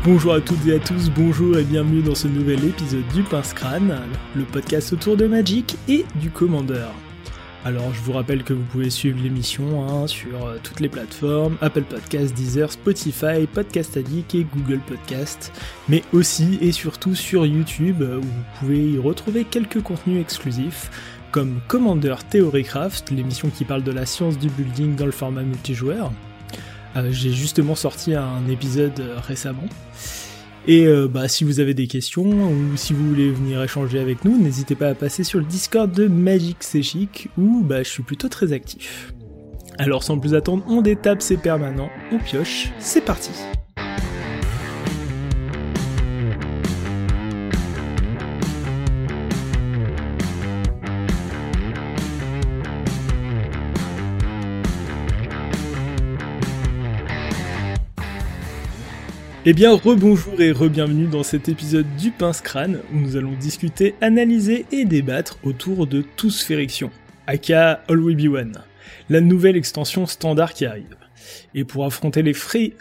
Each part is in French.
Bonjour à toutes et à tous, bonjour et bienvenue dans ce nouvel épisode du Pince-Crâne, le podcast autour de Magic et du Commander. Alors je vous rappelle que vous pouvez suivre l'émission sur toutes les plateformes, Apple Podcasts, Deezer, Spotify, Podcast Addict et Google Podcasts, mais aussi et surtout sur YouTube où vous pouvez y retrouver quelques contenus exclusifs, comme Commander Theorycraft, l'émission qui parle de la science du building dans le format multijoueur. J'ai justement sorti un épisode récemment. Et si vous avez des questions ou si vous voulez venir échanger avec nous, n'hésitez pas à passer sur le Discord de Magic C'est Chic où je suis plutôt très actif. Alors sans plus attendre, on détape, c'est permanent, on pioche, c'est parti. Eh bien, rebonjour et re-bienvenue dans cet épisode du Pince-Crâne où nous allons discuter, analyser et débattre autour de Tous-Fériction, aka All We Be One, la nouvelle extension standard qui arrive. Et pour affronter les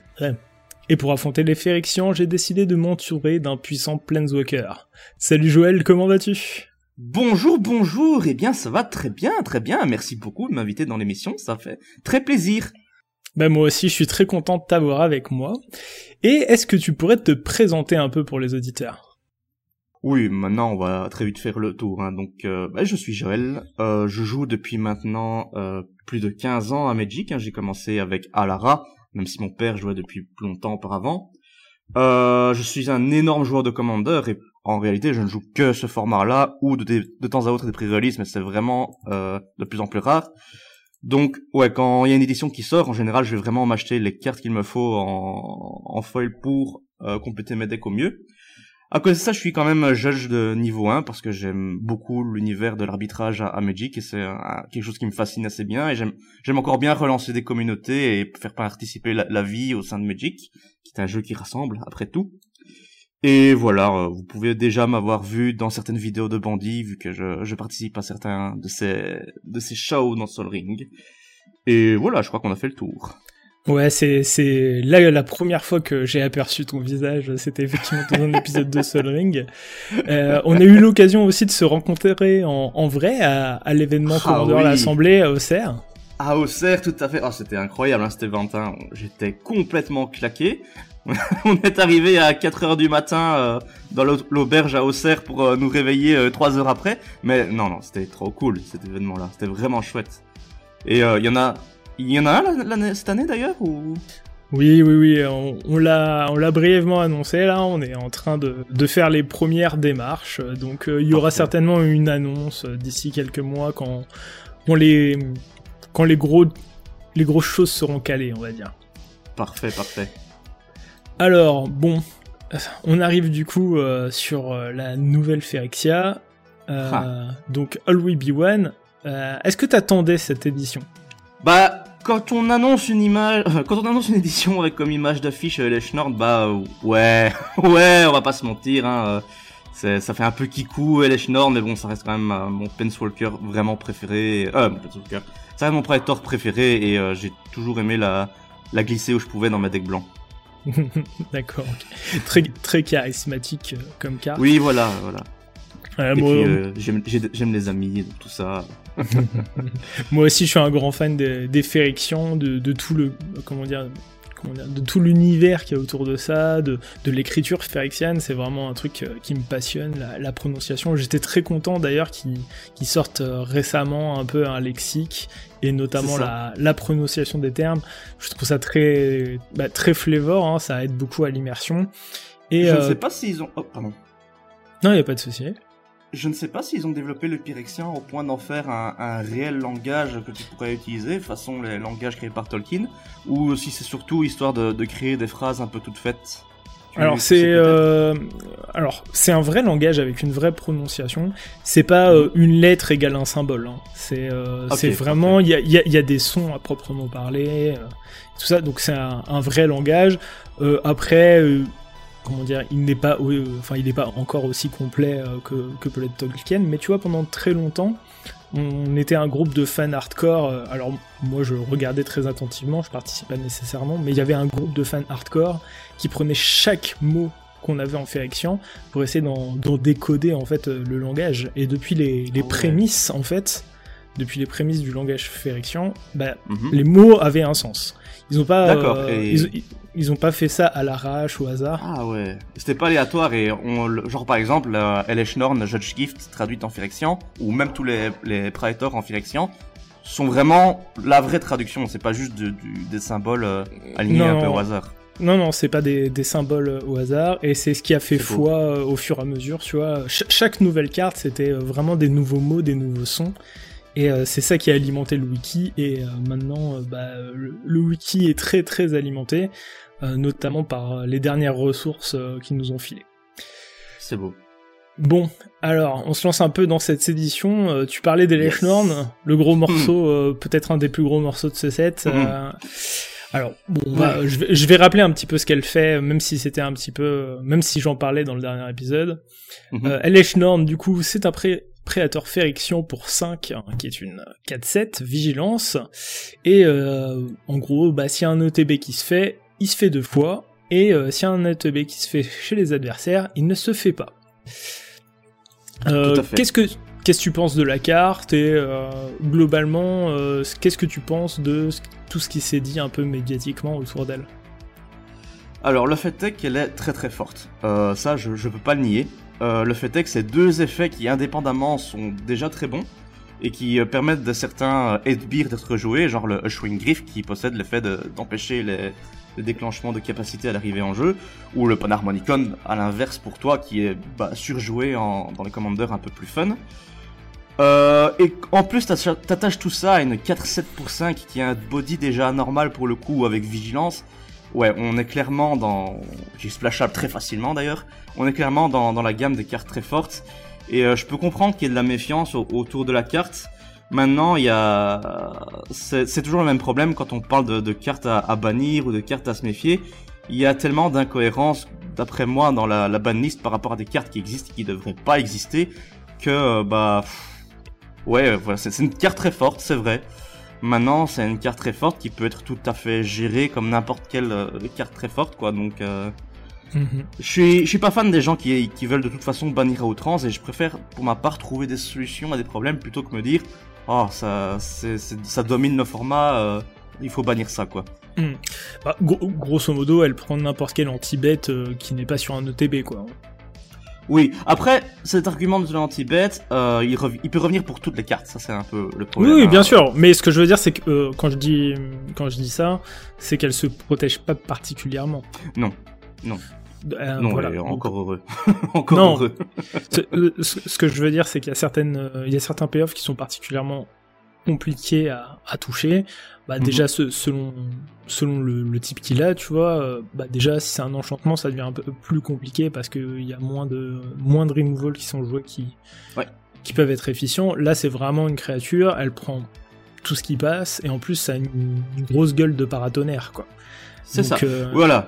Férixians, j'ai décidé de m'entourer d'un puissant Planeswalker. Salut Joël, comment vas-tu ? Bonjour, eh bien ça va très bien, merci beaucoup de m'inviter dans l'émission, ça fait très plaisir. Moi aussi, je suis très content de t'avoir avec moi. Et est-ce que tu pourrais te présenter un peu pour les auditeurs ? Oui, maintenant on va très vite faire le tour. Donc, je suis Joël. Je joue depuis maintenant plus de 15 ans à Magic. J'ai commencé avec Alara, même si mon père jouait depuis plus longtemps auparavant. Je suis un énorme joueur de Commander et en réalité je ne joue que ce format-là ou de temps à autre des pré-releases, mais c'est vraiment de plus en plus rare. Donc, quand il y a une édition qui sort, en général, je vais vraiment m'acheter les cartes qu'il me faut en foil pour compléter mes decks au mieux. À cause de ça, je suis quand même judge de niveau 1 parce que j'aime beaucoup l'univers de l'arbitrage à Magic et c'est quelque chose qui me fascine assez bien et j'aime encore bien relancer des communautés et faire participer la vie au sein de Magic, qui est un jeu qui rassemble, après tout. Et voilà, vous pouvez déjà m'avoir vu dans certaines vidéos de Bandit, vu que je participe à certains de ces shows dans Sol Ring. Et voilà, je crois qu'on a fait le tour. Ouais, c'est là la première fois que j'ai aperçu ton visage, c'était effectivement dans un épisode de Sol Ring. On a eu l'occasion aussi de se rencontrer en vrai à l'événement Commander à l'Assemblée à Auxerre. À Auxerre, tout à fait. C'était incroyable, c'était Valentin. J'étais complètement claqué. On est arrivé à 4h du matin dans l'auberge à Auxerre pour nous réveiller 3 heures après. Mais non, c'était trop cool cet événement-là. C'était vraiment chouette. Et il y en a un cette année d'ailleurs ou... Oui, on l'a brièvement annoncé là. On est en train de faire les premières démarches. Donc il y aura certainement une annonce d'ici quelques mois quand les grosses choses seront calées, on va dire. Parfait. Alors, on arrive du coup sur la nouvelle Phyrexia, donc All We Be One. Est-ce que t'attendais cette édition ? Quand on annonce une édition avec comme image d'affiche Elesh Norn, ouais, on va pas se mentir, ça fait un peu kikou Elesh Norn, mais bon, ça reste quand même mon Planeswalker vraiment préféré, ça reste mon Praetor préféré et j'ai toujours aimé la glisser où je pouvais dans ma deck blanc. D'accord, okay. Très, très charismatique comme carte. Oui, voilà. Et puis j'aime les amis, tout ça. Moi aussi, je suis un grand fan des Phyrexians, de tout le de tout l'univers qu'il y a autour de ça, de l'écriture phyrexiane. C'est vraiment un truc qui me passionne, la prononciation. J'étais très content d'ailleurs qu'ils sortent récemment un peu un lexique et notamment la prononciation des termes. Je trouve ça très flavor, ça aide beaucoup à l'immersion. Et je ne sais pas s'ils ont... Oh, pardon. Non, il n'y a pas de souci. Je ne sais pas s'ils ont développé le Phyrexian au point d'en faire un réel langage que tu pourrais utiliser, façon les langages créés par Tolkien, ou si c'est surtout histoire de créer des phrases un peu toutes faites. Alors c'est un vrai langage avec une vraie prononciation. C'est pas une lettre égale un symbole. C'est vraiment il y a des sons à proprement parler, tout ça. Donc c'est un vrai langage. Après. Il n'est pas encore aussi complet que peut l'être Tolkien, mais tu vois, pendant très longtemps, on était un groupe de fans hardcore. Alors moi je regardais très attentivement, je participais pas nécessairement, mais il y avait un groupe de fans hardcore qui prenaient chaque mot qu'on avait en Phyrexian pour essayer d'en décoder en fait le langage. Et depuis les prémices en fait, depuis les prémices du langage Phyrexian, les mots avaient un sens. Ils ont pas, ils ont pas fait ça à l'arrache, au hasard. Ah ouais. C'était pas aléatoire et genre par exemple, Eleshnorn, Judge Gift, traduite en Phyrexian, ou même tous les Praetors en Phyrexian, sont vraiment la vraie traduction. C'est pas juste des symboles alignés un peu au hasard. Non, c'est pas des symboles au hasard, et c'est ce qui a fait foi au fur et à mesure, tu vois. Chaque nouvelle carte, c'était vraiment des nouveaux mots, des nouveaux sons. Et c'est ça qui a alimenté le wiki, et maintenant le wiki est très très alimenté, notamment par les dernières ressources qu'ils nous ont filées. C'est beau. Bon, alors, on se lance un peu dans cette édition. Tu parlais d'Eleshnorn, le gros morceau, peut-être un des plus gros morceaux de ce set. Alors, bon, je vais rappeler un petit peu ce qu'elle fait, même si c'était un petit peu... Même si j'en parlais dans le dernier épisode. Eleshnorn, du coup, c'est un Prédateur Phyrexian pour 5, qui est une 4-7, vigilance, et en gros, s'il y a un ETB qui se fait, il se fait 2 fois, et s'il y a un ETB qui se fait chez les adversaires, il ne se fait pas. Qu'est-ce que tu penses de la carte, et globalement, qu'est-ce que tu penses de tout ce qui s'est dit un peu médiatiquement autour d'elle? Alors, le fait est qu'elle est très très forte, ça je peux pas le nier. Le fait est que c'est 2 effets qui indépendamment sont déjà très bons et qui permettent de certains headbeers d'être joués, genre le Ushering Griff qui possède l'effet d'empêcher le déclenchement de capacité à l'arrivée en jeu, ou le Panharmonicon à l'inverse pour toi qui est surjoué dans les commandeurs un peu plus fun. Et en plus t'attaches tout ça à une 4-7 pour 5 qui a un body déjà normal pour le coup avec vigilance. Ouais, on est clairement qui est splashable très facilement d'ailleurs. On est clairement dans la gamme des cartes très fortes. Et je peux comprendre qu'il y ait de la méfiance autour de la carte. Maintenant, c'est toujours le même problème quand on parle de cartes à bannir ou de cartes à se méfier. Il y a tellement d'incohérences, d'après moi, dans la banlist par rapport à des cartes qui existent et qui devraient pas exister, que ouais, voilà, c'est une carte très forte, c'est vrai. Maintenant, c'est une carte très forte qui peut être tout à fait gérée comme n'importe quelle carte très forte, quoi. Donc, je suis pas fan des gens qui veulent de toute façon bannir à outrance, et je préfère, pour ma part, trouver des solutions à des problèmes plutôt que me dire, ça domine nos formats, il faut bannir ça, quoi. Grosso modo, elle prend n'importe quel anti-bet qui n'est pas sur un ETB, quoi. Oui, après, cet argument de l'anti-bet, il peut revenir pour toutes les cartes, ça c'est un peu le problème. Oui, bien sûr, mais ce que je veux dire, c'est que quand je dis ça, c'est qu'elle se protège pas particulièrement. Non. Non, voilà. Encore heureux. Heureux. Ce que je veux dire, c'est qu'il y a certains payoffs qui sont particulièrement compliqués à toucher. Déjà, selon le type qu'il a, tu vois, déjà, si c'est un enchantement, ça devient un peu plus compliqué parce qu'il y a moins de removal qui sont joués qui peuvent être efficients. Là, c'est vraiment une créature, elle prend tout ce qui passe, et en plus, ça a une grosse gueule de paratonnerre, quoi. C'est ça. Voilà.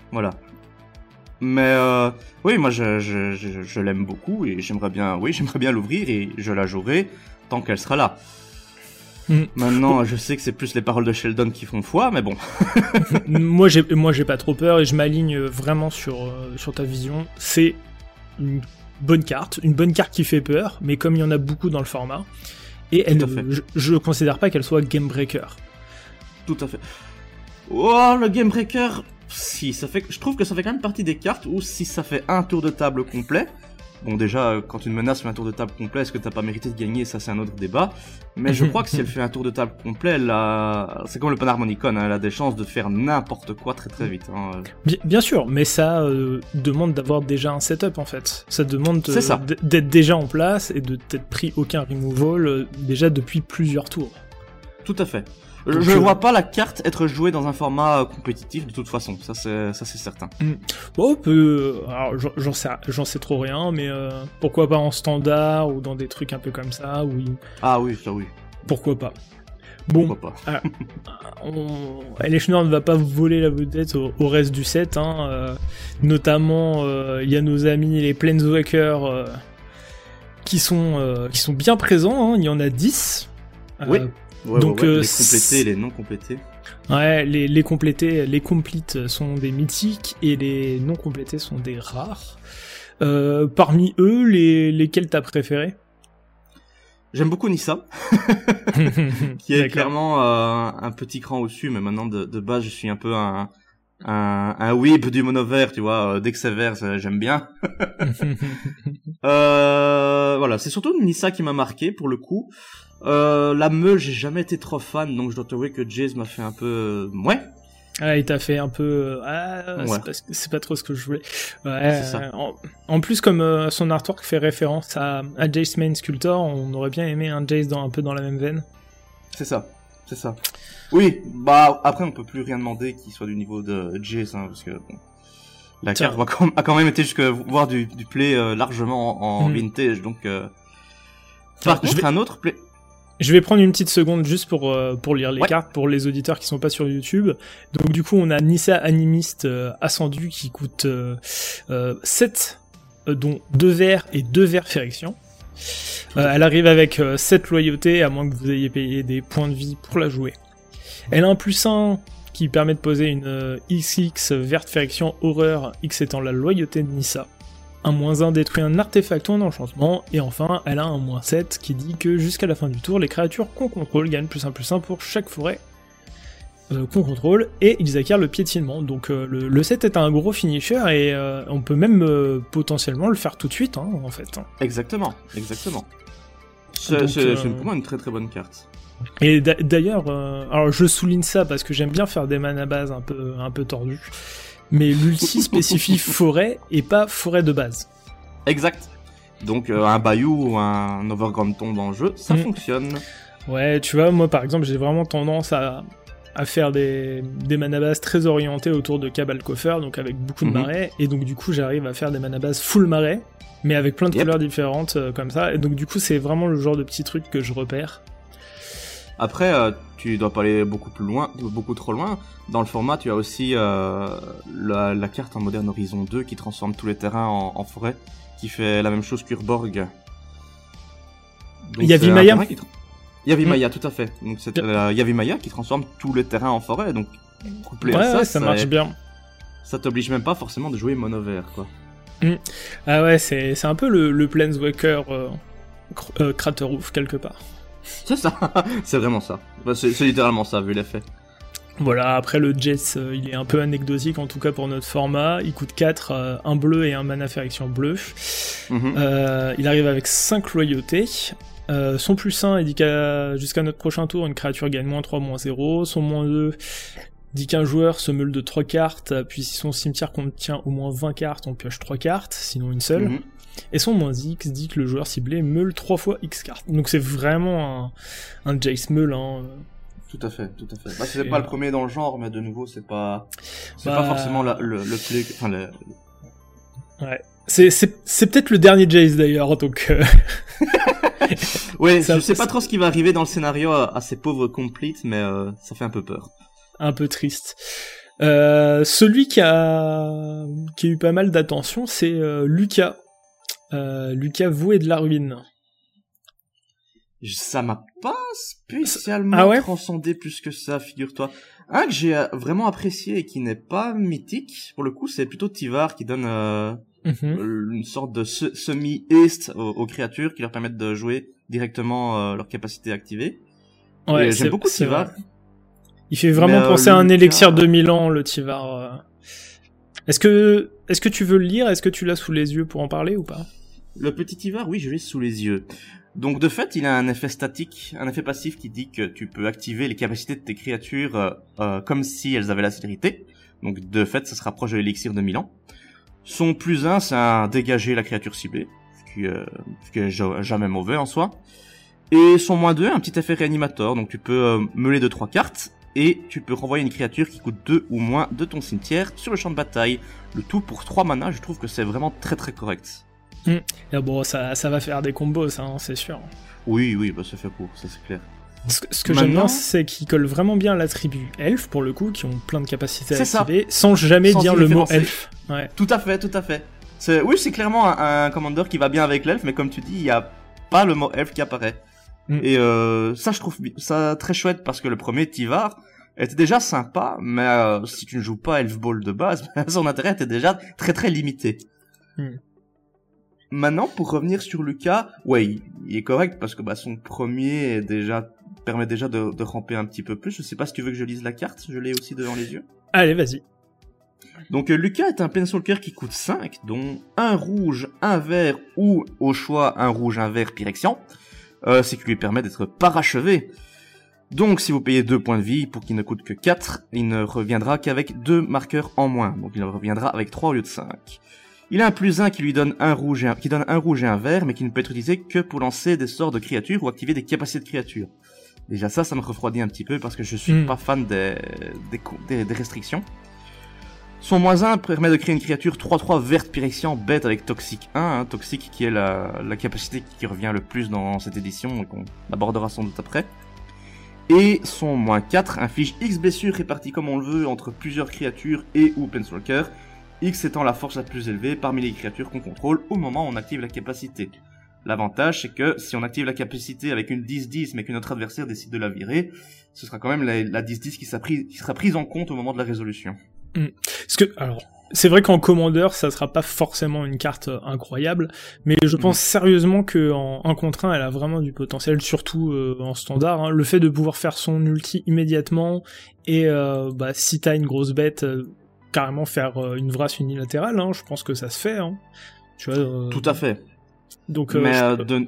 Mais oui, moi je l'aime beaucoup et j'aimerais bien l'ouvrir et je la jouerai tant qu'elle sera là. Maintenant, je sais que c'est plus les paroles de Sheldon qui font foi, mais bon. moi j'ai pas trop peur et je m'aligne vraiment sur ta vision. C'est une bonne carte qui fait peur, mais comme il y en a beaucoup dans le format, et je considère pas qu'elle soit game breaker. Tout à fait. Oh, le game breaker. Si, je trouve que ça fait quand même partie des cartes où si ça fait un tour de table complet, bon déjà quand une menace fait un tour de table complet, est-ce que t'as pas mérité de gagner, ça c'est un autre débat, mais je crois que si elle fait un tour de table complet, c'est comme le Panharmonicon, elle a des chances de faire n'importe quoi très très vite. Bien sûr, mais ça demande d'avoir déjà un setup en fait, ça demande d'être déjà en place et de t'être pris aucun removal déjà depuis plusieurs tours. Tout à fait. Je ne vois pas la carte être jouée dans un format compétitif de toute façon, ça c'est certain. Bon, alors j'en sais trop rien, mais pourquoi pas en standard ou dans des trucs un peu comme ça, oui. Ah oui, ça oui. Pourquoi pas. Bon, pourquoi pas. Eleshnorn ne va pas voler la vedette au reste du set, notamment il y a nos amis les Planeswalkers qui sont bien présents, hein. Il y en a 10. Oui. Donc, les complétés et les non complétés. Ouais, les complétés, les complete sont des mythiques et les non complétés sont des rares. Parmi eux, lesquels t'as préféré? J'aime beaucoup Nissa, qui est clairement un petit cran au-dessus, mais maintenant de base je suis un peu un whip du mono vert, tu vois, dès que c'est vert, j'aime bien. Voilà, c'est surtout Nissa qui m'a marqué pour le coup. La meule, j'ai jamais été trop fan, donc je dois t'avouer que Jace m'a fait un peu ouais. Ah, il t'a fait un peu ouais. c'est pas trop ce que je voulais. Ouais, c'est ça. En plus, comme son artwork fait référence à Jace Main Sculptor, on aurait bien aimé un Jace un peu dans la même veine. C'est ça. Oui, bah après on peut plus rien demander qui soit du niveau de Jace, hein, parce que bon, la carte a quand même été jusqu'à voir du play largement en vintage, donc. Par contre, un autre play. Je vais prendre une petite seconde juste pour lire les cartes pour les auditeurs qui sont pas sur YouTube. Donc du coup, on a Nissa Animiste Ascendu qui coûte 7, dont 2 verts et 2 verts Férection. Elle arrive avec 7 loyauté, à moins que vous ayez payé des points de vie pour la jouer. Elle a un +1 qui permet de poser une XX verte Férection Horreur, X étant la loyauté de Nissa. Un -1 détruit un artefact ou un enchantement, et enfin, elle a un -7 qui dit que jusqu'à la fin du tour, les créatures qu'on contrôle gagnent +1/+1 pour chaque forêt qu'on contrôle, et ils acquièrent le piétinement. Donc le set est un gros finisher, et on peut même potentiellement le faire tout de suite, hein, en fait. Exactement. C'est pour moi une très très bonne carte. Et d'ailleurs, alors je souligne ça parce que j'aime bien faire des mana bases un peu tordus. Mais l'ulti spécifie forêt et pas forêt de base. Exact. Donc un Bayou ou un Overground Tomb dans le jeu, ça fonctionne. Ouais, tu vois, moi par exemple, j'ai vraiment tendance à faire des mana bases très orientées autour de Cabal Coffer, donc avec beaucoup de marais, et donc du coup j'arrive à faire des mana bases full marais, mais avec plein de couleurs différentes comme ça, et donc du coup c'est vraiment le genre de petit truc que je repère. Après, tu dois pas aller beaucoup trop loin. Dans le format, tu as aussi la carte en Modern Horizon 2 qui transforme tous les terrains en forêt, qui fait la même chose qu'Urborg. Yavimaya. Yavimaya, tout à fait. Donc c'est Yavimaya qui transforme tous les terrains en forêt. Donc couplé à ça marche bien. Ça t'oblige même pas forcément de jouer mono vert, quoi. Ah ouais, c'est un peu le Planeswalker Craterhoof quelque part. C'est ça, c'est vraiment ça. C'est littéralement ça, vu l'effet. Voilà, après le Jace, il est un peu anecdotique, en tout cas pour notre format. Il coûte 4, un bleu et un mana Férection bleu. Il arrive avec 5 loyautés. Son +1 dit jusqu'à notre prochain tour, une créature gagne -3, -0. Son -2 dit qu'un joueur se meule de 3 cartes, puis si son cimetière contient au moins 20 cartes, on pioche 3 cartes, sinon une seule. Et son -X dit que le joueur ciblé meule 3 fois X cartes. Donc c'est vraiment un Jace meule, hein. Tout à fait. Bah, c'est pas le premier dans le genre, mais de nouveau, c'est pas forcément le play, enfin Ouais. C'est peut-être le dernier Jace d'ailleurs, donc ouais, je sais pas trop ce qui va arriver dans le scénario à ces pauvres complete, mais ça fait un peu peur. Un peu triste. Celui qui a eu pas mal d'attention, c'est Lucas. Lucas Voué de la Ruine. Ça m'a pas spécialement transcendé plus que ça, figure-toi. Un que j'ai vraiment apprécié et qui n'est pas mythique, pour le coup, c'est plutôt Tyvar qui donne une sorte de semi-haste aux créatures qui leur permettent de jouer directement leur capacité activée. Ouais, j'aime beaucoup Tyvar. Il fait vraiment penser à un élixir de 1000 ans, le Tyvar. Est-ce que tu veux le lire? Est-ce que tu l'as sous les yeux pour en parler ou pas? Le petit Tyvar, oui, je l'ai sous les yeux. Donc de fait, il a un effet statique, un effet passif qui dit que tu peux activer les capacités de tes créatures comme si elles avaient la célérité. Donc de fait, ça se rapproche de l'élixir de 1000 ans. Son +1, c'est un dégager la créature ciblée, ce qui est jamais mauvais en soi. Et son -2, un petit effet réanimateur, donc tu peux meuler de 3 cartes, et tu peux renvoyer une créature qui coûte 2 ou moins de ton cimetière sur le champ de bataille. Le tout pour 3 mana, je trouve que c'est vraiment très très correct. Et bon, ça va faire des combos, ça, hein, c'est sûr. Oui, bah ça fait pour, ça c'est clair. Ce que j'aime bien, c'est qu'ils collent vraiment bien l'attribut elfe, pour le coup, qui ont plein de capacités à activer, sans jamais dire le mot elfe. Ouais. Tout à fait. Oui, c'est clairement un commander qui va bien avec l'elfe, mais comme tu dis, il y a pas le mot elfe qui apparaît. Et ça, je trouve ça très chouette parce que le premier Tyvar était déjà sympa, mais si tu ne joues pas Elf Ball de base, son intérêt était déjà très très limité. Maintenant, pour revenir sur Lucas, ouais, il est correct parce que son premier est permet déjà de ramper un petit peu plus. Je sais pas si tu veux que je lise la carte, je l'ai aussi devant les yeux. Allez, vas-y. Donc Lucas est un Planeswalker qui coûte 5, dont un rouge, un vert ou au choix un rouge, un vert Pyrexian. C'est qui lui permet d'être parachevé. Donc si vous payez 2 points de vie pour qu'il ne coûte que 4, il ne reviendra qu'avec 2 marqueurs en moins. Donc il reviendra avec 3 au lieu de 5. Il a un +1 qui lui donne un rouge et un vert, mais qui ne peut être utilisé que pour lancer des sorts de créatures ou activer des capacités de créatures. Déjà ça me refroidit un petit peu parce que je suis pas fan des restrictions. Son -1 permet de créer une créature 3/3 verte Pyrexian bête avec Toxic 1, Toxic qui est la capacité qui revient le plus dans cette édition et qu'on abordera sans doute après. Et son -4 inflige X blessures réparties comme on le veut entre plusieurs créatures et ou Planeswalker, X étant la force la plus élevée parmi les créatures qu'on contrôle au moment où on active la capacité. L'avantage, c'est que si on active la capacité avec une 10-10 mais que notre adversaire décide de la virer, ce sera quand même la 10-10 qui sera prise en compte au moment de la résolution. Alors, c'est vrai qu'en commandeur, ça sera pas forcément une carte incroyable, mais je pense sérieusement que en 1 contre 1, elle a vraiment du potentiel, surtout en standard. Le fait de pouvoir faire son ulti immédiatement et si t'as une grosse bête, carrément faire une vrasse unilatérale, je pense que ça se fait. Tu vois. Tout à fait. Donc, mais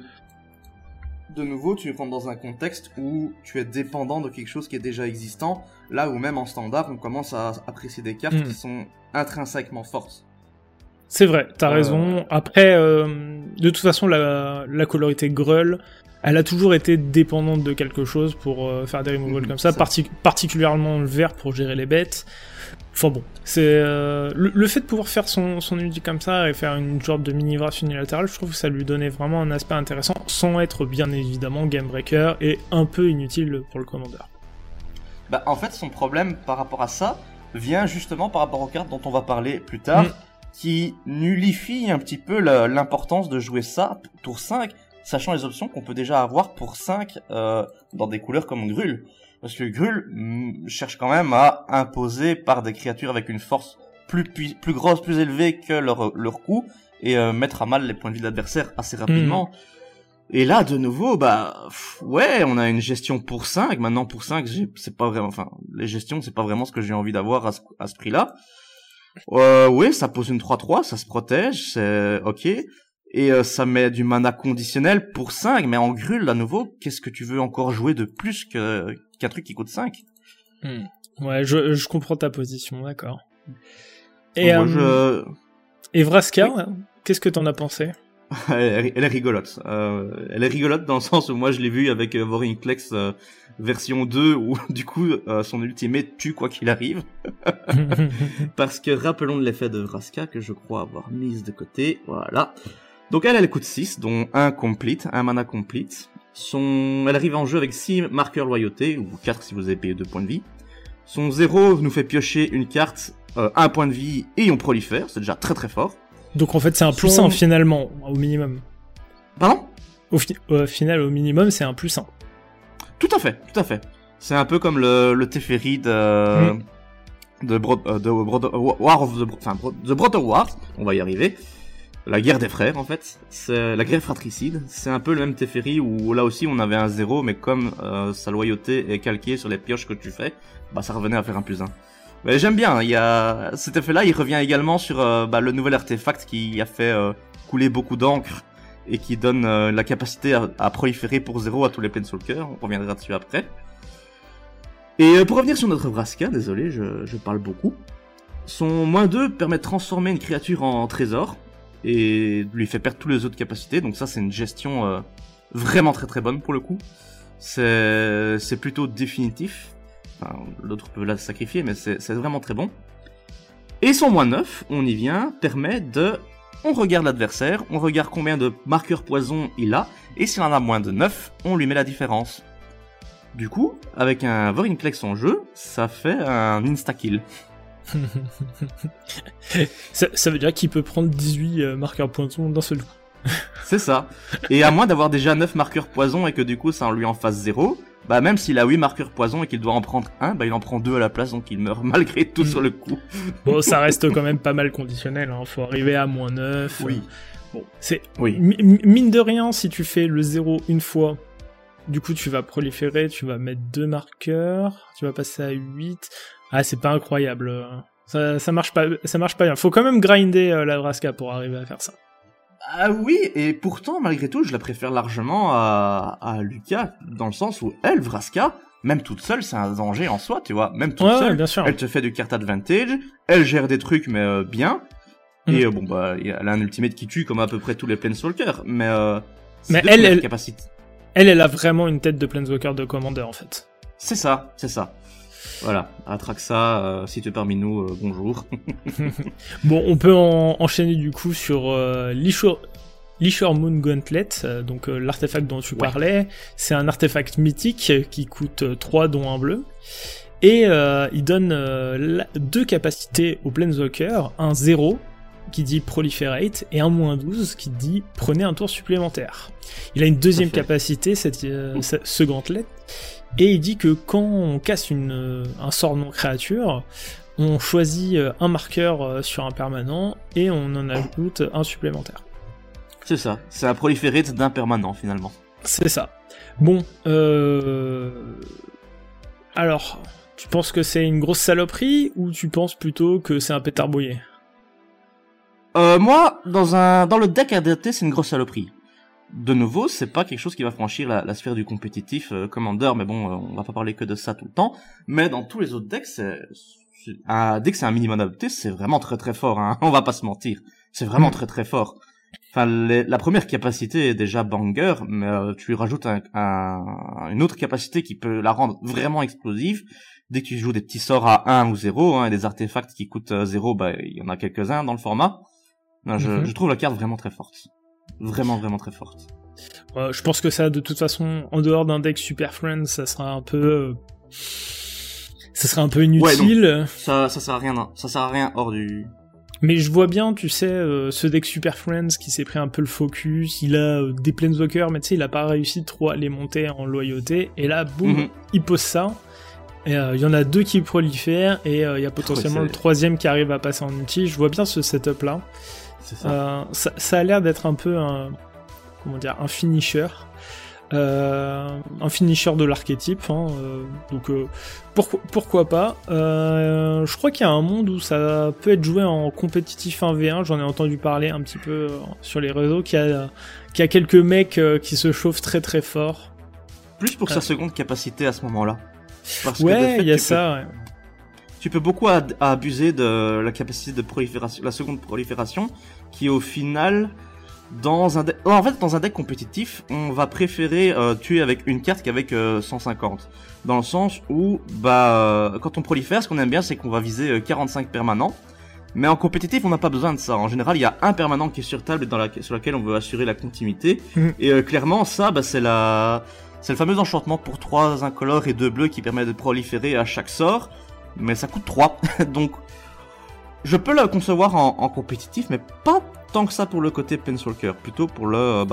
de nouveau, tu rentres dans un contexte où tu es dépendant de quelque chose qui est déjà existant, là où même en standard, on commence à apprécier des cartes qui sont intrinsèquement fortes. C'est vrai, t'as raison. Après, de toute façon, la colorité Gruul, elle a toujours été dépendante de quelque chose pour faire des removals comme ça, particulièrement le vert pour gérer les bêtes. Enfin bon, c'est le fait de pouvoir faire son ulti comme ça et faire une sorte de mini-vrasse unilatérale, je trouve que ça lui donnait vraiment un aspect intéressant, sans être bien évidemment game breaker et un peu inutile pour le commandeur. En fait, son problème par rapport à ça vient justement par rapport aux cartes dont on va parler plus tard, qui nullifient un petit peu l'importance de jouer ça tour 5, sachant les options qu'on peut déjà avoir pour 5 dans des couleurs comme Gruul. Parce que Gruul cherche quand même à imposer par des créatures avec une force plus grosse, plus élevée que leur coût, et mettre à mal les points de vie de l'adversaire assez rapidement. Et là, de nouveau, ouais, on a une gestion pour 5. Maintenant, pour 5, c'est pas vraiment, les gestions, c'est pas vraiment ce que j'ai envie d'avoir à ce prix-là. Oui, ça pose une 3/3, ça se protège, c'est ok. Et ça met du mana conditionnel pour 5, mais en Gruul, à nouveau, qu'est-ce que tu veux encore jouer de plus qu'un truc qui coûte 5 ? Ouais, je comprends ta position, d'accord. Et, et Vraska, qu'est-ce que t'en as pensé ? Elle est rigolote. Elle est rigolote dans le sens où moi je l'ai vu avec Vorinclex version 2 où du coup son ultimate tue quoi qu'il arrive. Parce que rappelons de l'effet de Vraska que je crois avoir mise de côté. Voilà. Donc elle coûte 6, dont un mana complete. Elle arrive en jeu avec 6 marqueurs loyauté, ou 4 si vous avez payé 2 points de vie. Son 0 nous fait piocher une carte, 1 point de vie, et on prolifère, c'est déjà très très fort. Donc en fait c'est un +1 finalement, au minimum. Pardon ? Au final, au minimum, c'est un +1. Tout à fait. C'est un peu comme le Teferi de Brood of War, on va y arriver. La guerre des frères, en fait. C'est la guerre fratricide. C'est un peu le même Teferi où là aussi on avait un 0, mais comme sa loyauté est calquée sur les pioches que tu fais, ça revenait à faire un +1. Mais j'aime bien, cet effet-là, il revient également sur le nouvel artefact qui a fait couler beaucoup d'encre et qui donne la capacité à proliférer pour 0 à tous les Planeswalkers. On reviendra dessus après. Et pour revenir sur notre Vraska, désolé, je parle beaucoup. Son -2 permet de transformer une créature en trésor et lui fait perdre toutes les autres capacités. Donc ça, c'est une gestion vraiment très très bonne pour le coup. C'est plutôt définitif. Enfin, l'autre peut la sacrifier, mais c'est vraiment très bon. Et son -9, on y vient, permet de... On regarde l'adversaire, on regarde combien de marqueurs poison il a, et s'il en a moins de 9, on lui met la différence. Du coup, avec un Vorinclex en jeu, ça fait un insta-kill. ça veut dire qu'il peut prendre 18 marqueurs poison d'un seul coup. C'est ça. Et à moins d'avoir déjà 9 marqueurs poison et que du coup ça en lui en fasse 0, bah même s'il a 8 marqueurs poison et qu'il doit en prendre un, bah il en prend 2 à la place, donc il meurt malgré tout sur le coup. Bon, ça reste quand même pas mal conditionnel, hein. Faut arriver à -9. Oui. Bon, c'est... Oui. Mine de rien, si tu fais le 0 une fois, du coup tu vas proliférer, tu vas mettre 2 marqueurs, tu vas passer à 8. Ah, c'est pas incroyable. Ça marche pas bien. Faut quand même grinder la Vraska pour arriver à faire ça. Ah oui, et pourtant, malgré tout, je la préfère largement à Lucas, dans le sens où elle, Vraska, même toute seule, c'est un danger en soi, tu vois. Même toute seule, bien sûr. Elle te fait du card advantage, elle gère des trucs, mais bien. Et bon, bah, elle a un ultimate qui tue, comme à peu près tous les Planeswalkers, mais elle, capacité. Elle a vraiment une tête de Planeswalker de Commander, en fait. C'est ça. Voilà, Atraxa, si tu es parmi nous, bonjour. Bon, on peut enchaîner du coup sur Leisure Moon Gauntlet, donc l'artefact dont tu parlais. C'est un artefact mythique qui coûte 3 dont un bleu. Et il donne 2 capacités au Planeswalker, un 0 qui dit Proliferate et un -12 qui dit prenez un tour supplémentaire. Il a une deuxième capacité, ce Gauntlet. Et il dit que quand on casse un sort non-créature, on choisit un marqueur sur un permanent et on en ajoute un supplémentaire. C'est ça, c'est un proliférate d'un permanent finalement. C'est ça. Bon, alors, tu penses que c'est une grosse saloperie ou tu penses plutôt que c'est un pétard bouillé ? Moi, dans le deck adapté, c'est une grosse saloperie. De nouveau, c'est pas quelque chose qui va franchir la sphère du compétitif Commander, mais bon, on va pas parler que de ça tout le temps. Mais dans tous les autres decks, dès que c'est un minimum adapté, c'est vraiment très très fort, hein. On va pas se mentir. C'est vraiment très très fort. Enfin, la première capacité est déjà banger, mais tu lui rajoutes une autre capacité qui peut la rendre vraiment explosive. Dès que tu joues des petits sorts à 1 ou 0, hein, et des artefacts qui coûtent 0, bah il y en a quelques-uns dans le format. Non, je trouve la carte vraiment très forte. Vraiment très forte. Je pense que ça, de toute façon, en dehors d'un deck Super Friends, ça sera un peu inutile. Ouais, ça sert à rien, non. Ça sert à rien hors du... Mais je vois bien, tu sais, ce deck Super Friends qui s'est pris un peu le focus, il a des Planeswalkers, mais tu sais, il a pas réussi trop à les monter en loyauté, et là, boum, il pose ça, et il y en a 2 qui prolifèrent, et il y a potentiellement le 3e qui arrive à passer en ulti. Je vois bien ce setup-là. C'est ça. Ça a l'air d'être un peu un finisher. Un finisher de l'archétype, hein, donc pourquoi pas. Je crois qu'il y a un monde où ça peut être joué en compétitif 1v1, j'en ai entendu parler un petit peu sur les réseaux, qu'il y a quelques mecs qui se chauffent très très fort. Plus pour sa seconde capacité à ce moment-là. Parce ouais, il y a ça, ouais. Tu peux beaucoup abuser de la capacité de prolifération, la seconde prolifération, qui au final... Dans un deck compétitif, on va préférer tuer avec une carte qu'avec 150. Dans le sens où, quand on prolifère, ce qu'on aime bien, c'est qu'on va viser 45 permanents. Mais en compétitif, on n'a pas besoin de ça. En général, il y a un permanent qui est sur table et sur laquelle on veut assurer la continuité. Et clairement, ça, c'est le fameux enchantement pour 3 incolores et 2 bleus qui permet de proliférer à chaque sort. Mais ça coûte 3. Donc, je peux le concevoir en compétitif, mais pas tant que ça pour le côté Planeswalker, plutôt pour le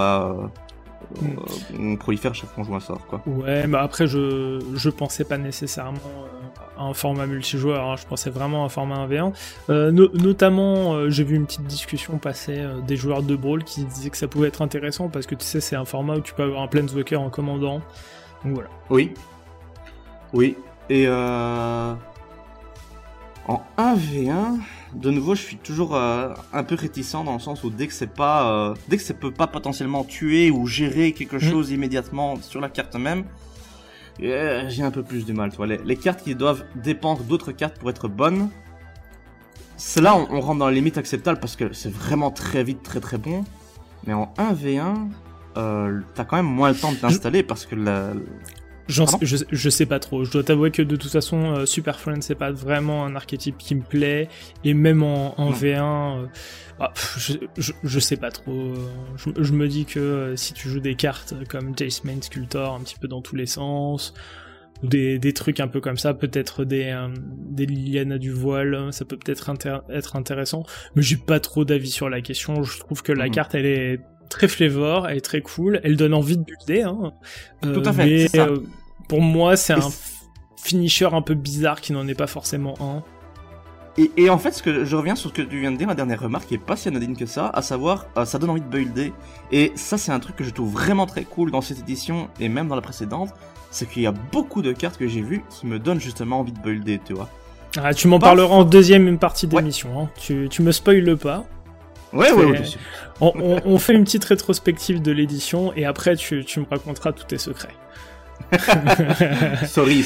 on prolifère chaque fois qu'on joue un sort, quoi. Ouais, mais après je pensais pas nécessairement à un format multijoueur, hein. Je pensais vraiment à un format 1v1. Notamment, j'ai vu une petite discussion passer des joueurs de Brawl qui disaient que ça pouvait être intéressant parce que tu sais, c'est un format où tu peux avoir un Planeswalker en commandant. Donc voilà. Oui. Et en 1v1, de nouveau, je suis toujours un peu réticent dans le sens où dès que ça peut pas potentiellement tuer ou gérer quelque chose immédiatement sur la carte même, j'ai un peu plus du mal. Les cartes qui doivent dépendre d'autres cartes pour être bonnes, c'est là on rentre dans la limite acceptable parce que c'est vraiment très vite, très très bon. Mais en 1v1, t'as quand même moins le temps de t'installer parce que je sais pas trop. Je dois t'avouer que de toute façon, Super Friends, c'est pas vraiment un archétype qui me plaît. Et même en V1, je sais pas trop. Je me dis que si tu joues des cartes comme Jaceman Sculptor un petit peu dans tous les sens, ou des trucs un peu comme ça, peut-être des Liliana du voile, ça peut peut-être être intéressant. Mais j'ai pas trop d'avis sur la question. Je trouve que la carte, elle est très flavor, elle est très cool, elle donne envie de builder, hein. Tout à fait, mais c'est ça. Pour moi, c'est un finisher un peu bizarre qui n'en est pas forcément un. Et en fait, je reviens sur ce que tu viens de dire, ma dernière remarque, qui est pas si anodine que ça, à savoir, ça donne envie de builder. Et ça, c'est un truc que je trouve vraiment très cool dans cette édition, et même dans la précédente, c'est qu'il y a beaucoup de cartes que j'ai vues qui me donnent justement envie de builder, tu vois. Ah, tu m'en parleras en deuxième partie d'émission, hein. Tu me spoiles pas. Ouais, bien sûr. On fait une petite rétrospective de l'édition, et après, tu me raconteras tous tes secrets. sorry.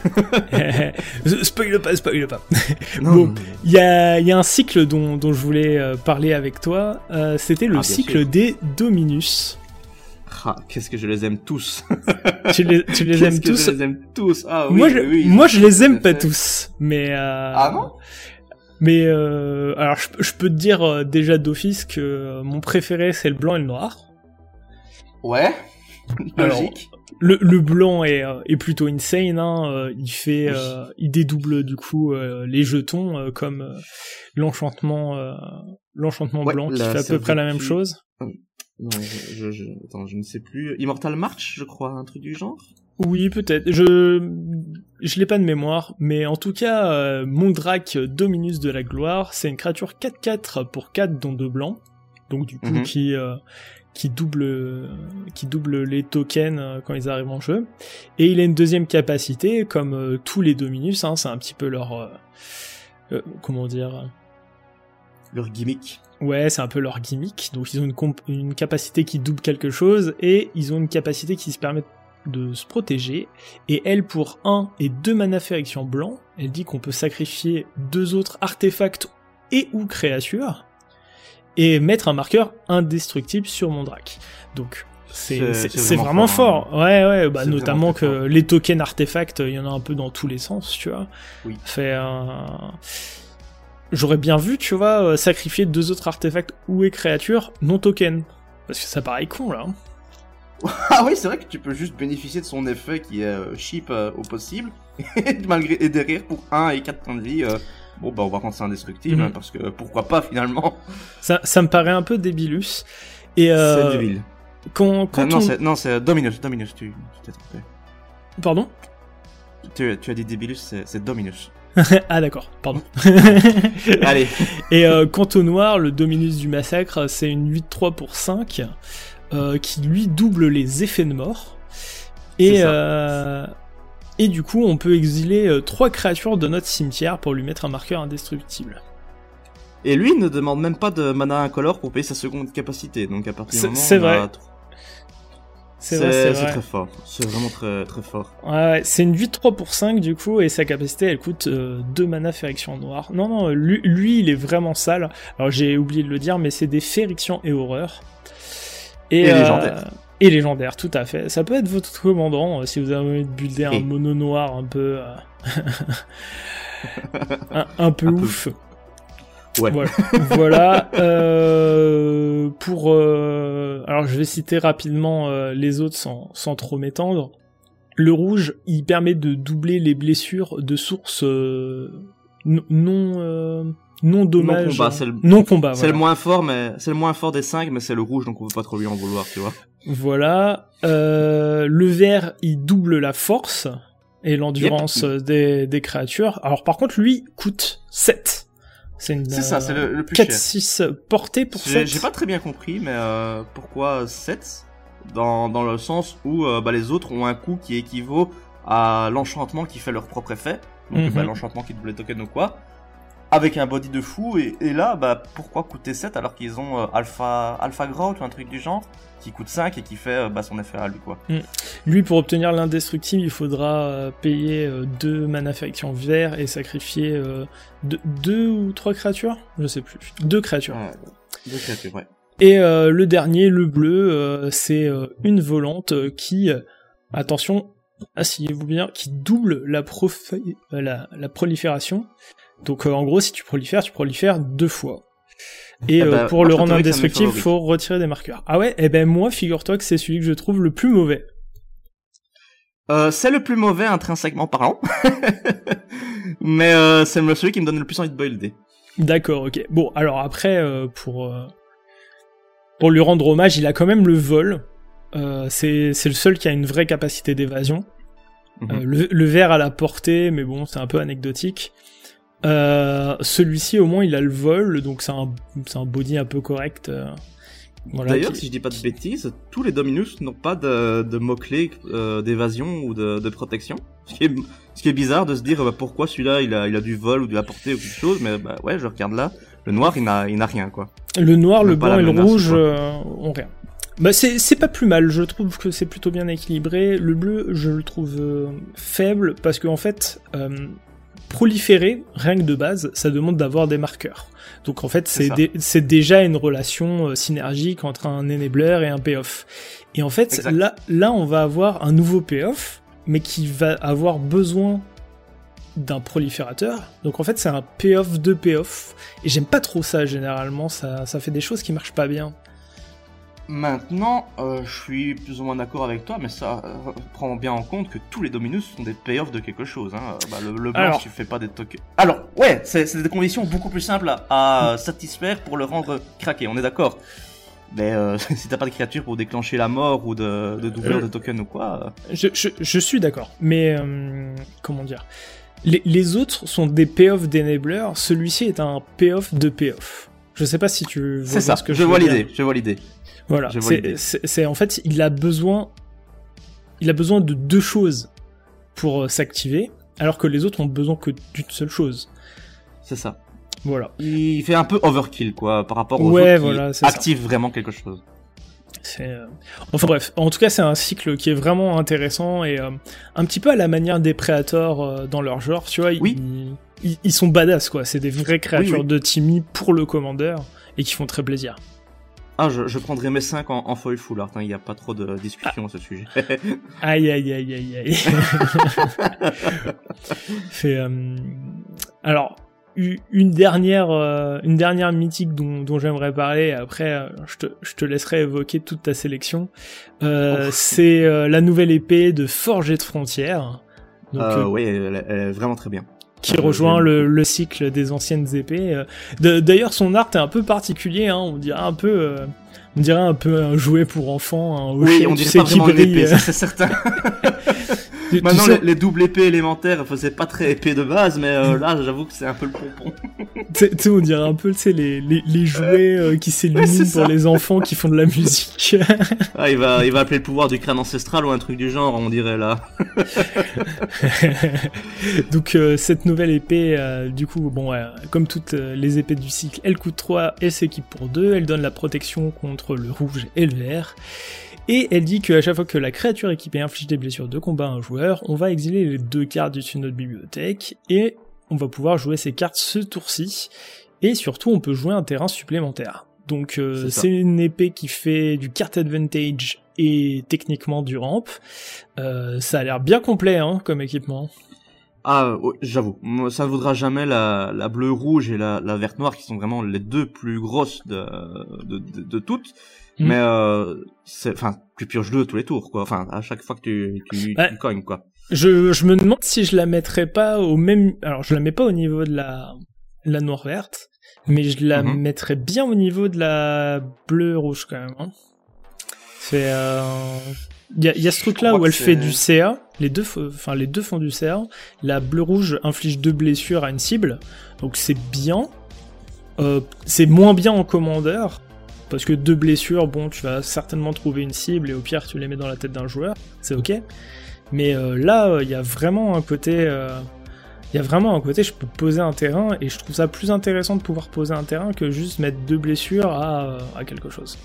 Spoil pas. Non, bon, il y a un cycle dont je voulais parler avec toi. C'était le cycle sûr. Des Dominus. Ah, qu'est-ce que je les aime tous. Tu les aimes tous. Je les aime tous. Ah oui. Moi, je les aime pas tous, mais. Ah non. Mais alors, je peux te dire déjà d'office que mon préféré c'est le blanc et le noir. Ouais. Logique. Alors, le blanc est plutôt insane, hein. Il dédouble du coup les jetons comme l'enchantement blanc qui fait à peu près la même chose. Non, attends, je ne sais plus. Immortal March, je crois, un truc du genre. Oui, peut-être. Je l'ai pas de mémoire, mais en tout cas, Mondrak Dominus de la Gloire, c'est une créature 4/4 pour 4 dont 2 blancs. Donc du coup qui double les tokens quand ils arrivent en jeu. Et il a une deuxième capacité, comme tous les Dominus, hein, c'est un petit peu leur comment dire, leur gimmick. Ouais, c'est un peu leur gimmick. Donc ils ont une capacité qui double quelque chose, et ils ont une capacité qui se permet de se protéger. Et elle, pour 1 et 2 mana Phyrexian blanc, elle dit qu'on peut sacrifier 2 autres artefacts et ou créatures et mettre un marqueur indestructible sur Mondrak. Donc c'est vraiment fort. Hein. Ouais, bah notamment que fort. Les tokens artefacts, il y en a un peu dans tous les sens, tu vois. Oui. J'aurais bien vu, tu vois, sacrifier 2 autres artefacts ou et créatures non token, parce que ça paraît con là. Ah oui, c'est vrai que tu peux juste bénéficier de son effet qui est cheap au possible, et derrière pour 1 et 4 points de vie. Bon, bah, on va rendre ça indestructible, hein, parce que pourquoi pas, finalement. Ça me paraît un peu débilus. Et c'est débile. Non, c'est Dominus, tu t'es trompé. Pardon? Tu as dit débilus, c'est Dominus. Ah, d'accord, pardon. Allez. Et quant au noir, le Dominus du massacre, c'est une 8/3 pour 5, qui lui double les effets de mort. Et du coup, on peut exiler 3 créatures de notre cimetière pour lui mettre un marqueur indestructible. Et lui ne demande même pas de mana incolore pour payer sa seconde capacité, donc à partir du moment c'est vrai. C'est très fort, c'est vraiment très, très fort. Ouais, c'est une 8/3 pour 5 du coup, et sa capacité elle coûte 2 mana Phyrexian noir. Non, lui il est vraiment sale. Alors j'ai oublié de le dire, mais c'est des Phyrexian et horreur. Et légendaire. Et légendaire, tout à fait. Ça peut être votre commandant si vous avez envie de builder un mono noir un peu un peu ouf. Ouais. Voilà. Alors je vais citer rapidement les autres sans trop m'étendre. Le rouge, il permet de doubler les blessures de source non dommage. Non combat. C'est le moins fort, mais c'est le moins fort des 5, mais c'est le rouge, donc on peut pas trop lui en vouloir, tu vois. Voilà. Le vert, il double la force et l'endurance des créatures. Alors par contre, lui coûte 7. C'est ça, c'est le plus 4-6 portée pour 7. J'ai pas très bien compris, mais pourquoi 7 dans le sens où les autres ont un coût qui équivaut à l'enchantement qui fait leur propre effet. Donc l'enchantement qui double les tokens ou quoi. Avec un body de fou, et là, pourquoi coûter 7 alors qu'ils ont Alpha Grout ou un truc du genre qui coûte 5 et qui fait son effet à lui, quoi. Lui, pour obtenir l'indestructible, il faudra payer 2 mana Phyrexian vert et sacrifier 2 ou 3 créatures, je sais plus. 2 créatures. 2 créatures, ouais. Et le dernier, le bleu, c'est une volante qui, attention, asseyez-vous bien, qui double la prolifération. Donc en gros, si tu prolifères 2 fois. Et pour le rendre indestructible, il faut retirer des marqueurs. Ah ouais? Eh ben moi, figure-toi que c'est celui que je trouve le plus mauvais. C'est le plus mauvais intrinsèquement parlant. Mais c'est celui qui me donne le plus envie de builder. D'accord, ok. Bon, alors après, pour lui rendre hommage, il a quand même le vol. C'est le seul qui a une vraie capacité d'évasion. Le vert a la portée, mais bon, c'est un peu anecdotique. Celui-ci, au moins, il a le vol, donc c'est un body un peu correct. Voilà, d'ailleurs, si je dis pas de bêtises, tous les Dominus n'ont pas de mots-clés d'évasion ou de protection. Ce qui est bizarre de se dire pourquoi celui-là il a du vol ou de la portée ou quelque chose, mais bah ouais, je regarde là, le noir il n'a rien quoi. Le noir, Même le pas blanc la et le menace, rouge quoi. ont rien. Bah c'est pas plus mal, je trouve que c'est plutôt bien équilibré. Le bleu, je le trouve faible parce qu'en fait, proliférer, rien que de base, ça demande d'avoir des marqueurs. Donc en fait, c'est déjà une relation synergique entre un enabler et un payoff. Et en fait, là, on va avoir un nouveau payoff, mais qui va avoir besoin d'un proliférateur. Donc en fait, c'est un payoff de payoff. Et j'aime pas trop ça, généralement. Ça fait des choses qui marchent pas bien. Maintenant, je suis plus ou moins d'accord avec toi, mais ça prend bien en compte que tous les Dominus sont des payoffs de quelque chose. Hein. Le blanc, tu fais pas des tokens. Alors, ouais, c'est des conditions beaucoup plus simples à satisfaire pour le rendre craqué, on est d'accord. Mais si t'as pas de créature pour déclencher la mort ou de doubleur de token ou quoi... Je suis d'accord, mais comment dire, les autres sont des payoffs d'enabler, celui-ci est un payoff de payoff. Je sais pas si tu vois ce que je vois l'idée. Voilà, c'est en fait, il a besoin de deux choses pour s'activer, alors que les autres ont besoin que d'une seule chose. C'est ça. Voilà. Il fait un peu overkill, quoi, par rapport aux autres qui activent vraiment quelque chose. Enfin bref, en tout cas, c'est un cycle qui est vraiment intéressant et un petit peu à la manière des Préators dans leur genre, tu vois. Ils sont badass, quoi. C'est des vraies créatures de Timmy pour le commandeur et qui font très plaisir. Ah, je prendrai mes 5 en foil full art, il n'y a pas trop de discussion à ce sujet. Aïe. Alors, une dernière mythique dont j'aimerais parler, après je te laisserai évoquer toute ta sélection. C'est la nouvelle épée de Forgé de Frontières. Oui, elle est vraiment très bien. Qui rejoint le cycle des anciennes épées. D'ailleurs, son art est un peu particulier, hein, on dirait un peu un jouet pour enfants. Oui, on dirait pas vraiment une épée, ça c'est certain. Maintenant, les doubles épées élémentaires faisaient pas très épée de base, mais là, j'avoue que c'est un peu le pompon. Tu sais, on dirait un peu, les jouets qui s'illuminent pour les enfants qui font de la musique. Ah, il va appeler le pouvoir du crâne ancestral ou un truc du genre, on dirait là. Donc, cette nouvelle épée, du coup, comme toutes les épées du cycle, elle coûte 3 et s'équipe pour 2. Elle donne la protection contre le rouge et le vert. Et elle dit qu'à chaque fois que la créature équipée inflige des blessures de combat à un joueur, on va exiler les 2 cartes de notre bibliothèque, et on va pouvoir jouer ces cartes ce tour-ci, et surtout on peut jouer un terrain supplémentaire. Donc c'est une épée qui fait du card advantage et techniquement du ramp. Ça a l'air bien complet comme équipement. Ah, j'avoue, ça ne vaudra jamais la bleue-rouge et la verte-noire qui sont vraiment les 2 plus grosses de toutes. Mais tu pioches 2 tous les tours, quoi. Enfin, à chaque fois que tu cognes, quoi. Je me demande si je la mettrais pas au même... Alors, je la mets pas au niveau de la noire-verte, mais je la mettrais bien au niveau de la bleu-rouge, quand même. Hein. C'est... Il y a ce truc-là où elle fait du CA. Les deux font du CA. La bleu-rouge inflige 2 blessures à une cible. Donc, c'est bien. C'est moins bien en commandeur. Parce que 2 blessures, tu vas certainement trouver une cible et au pire tu les mets dans la tête d'un joueur, c'est ok. Mais là, il y a vraiment un côté, je peux poser un terrain et je trouve ça plus intéressant de pouvoir poser un terrain que juste mettre 2 blessures à quelque chose.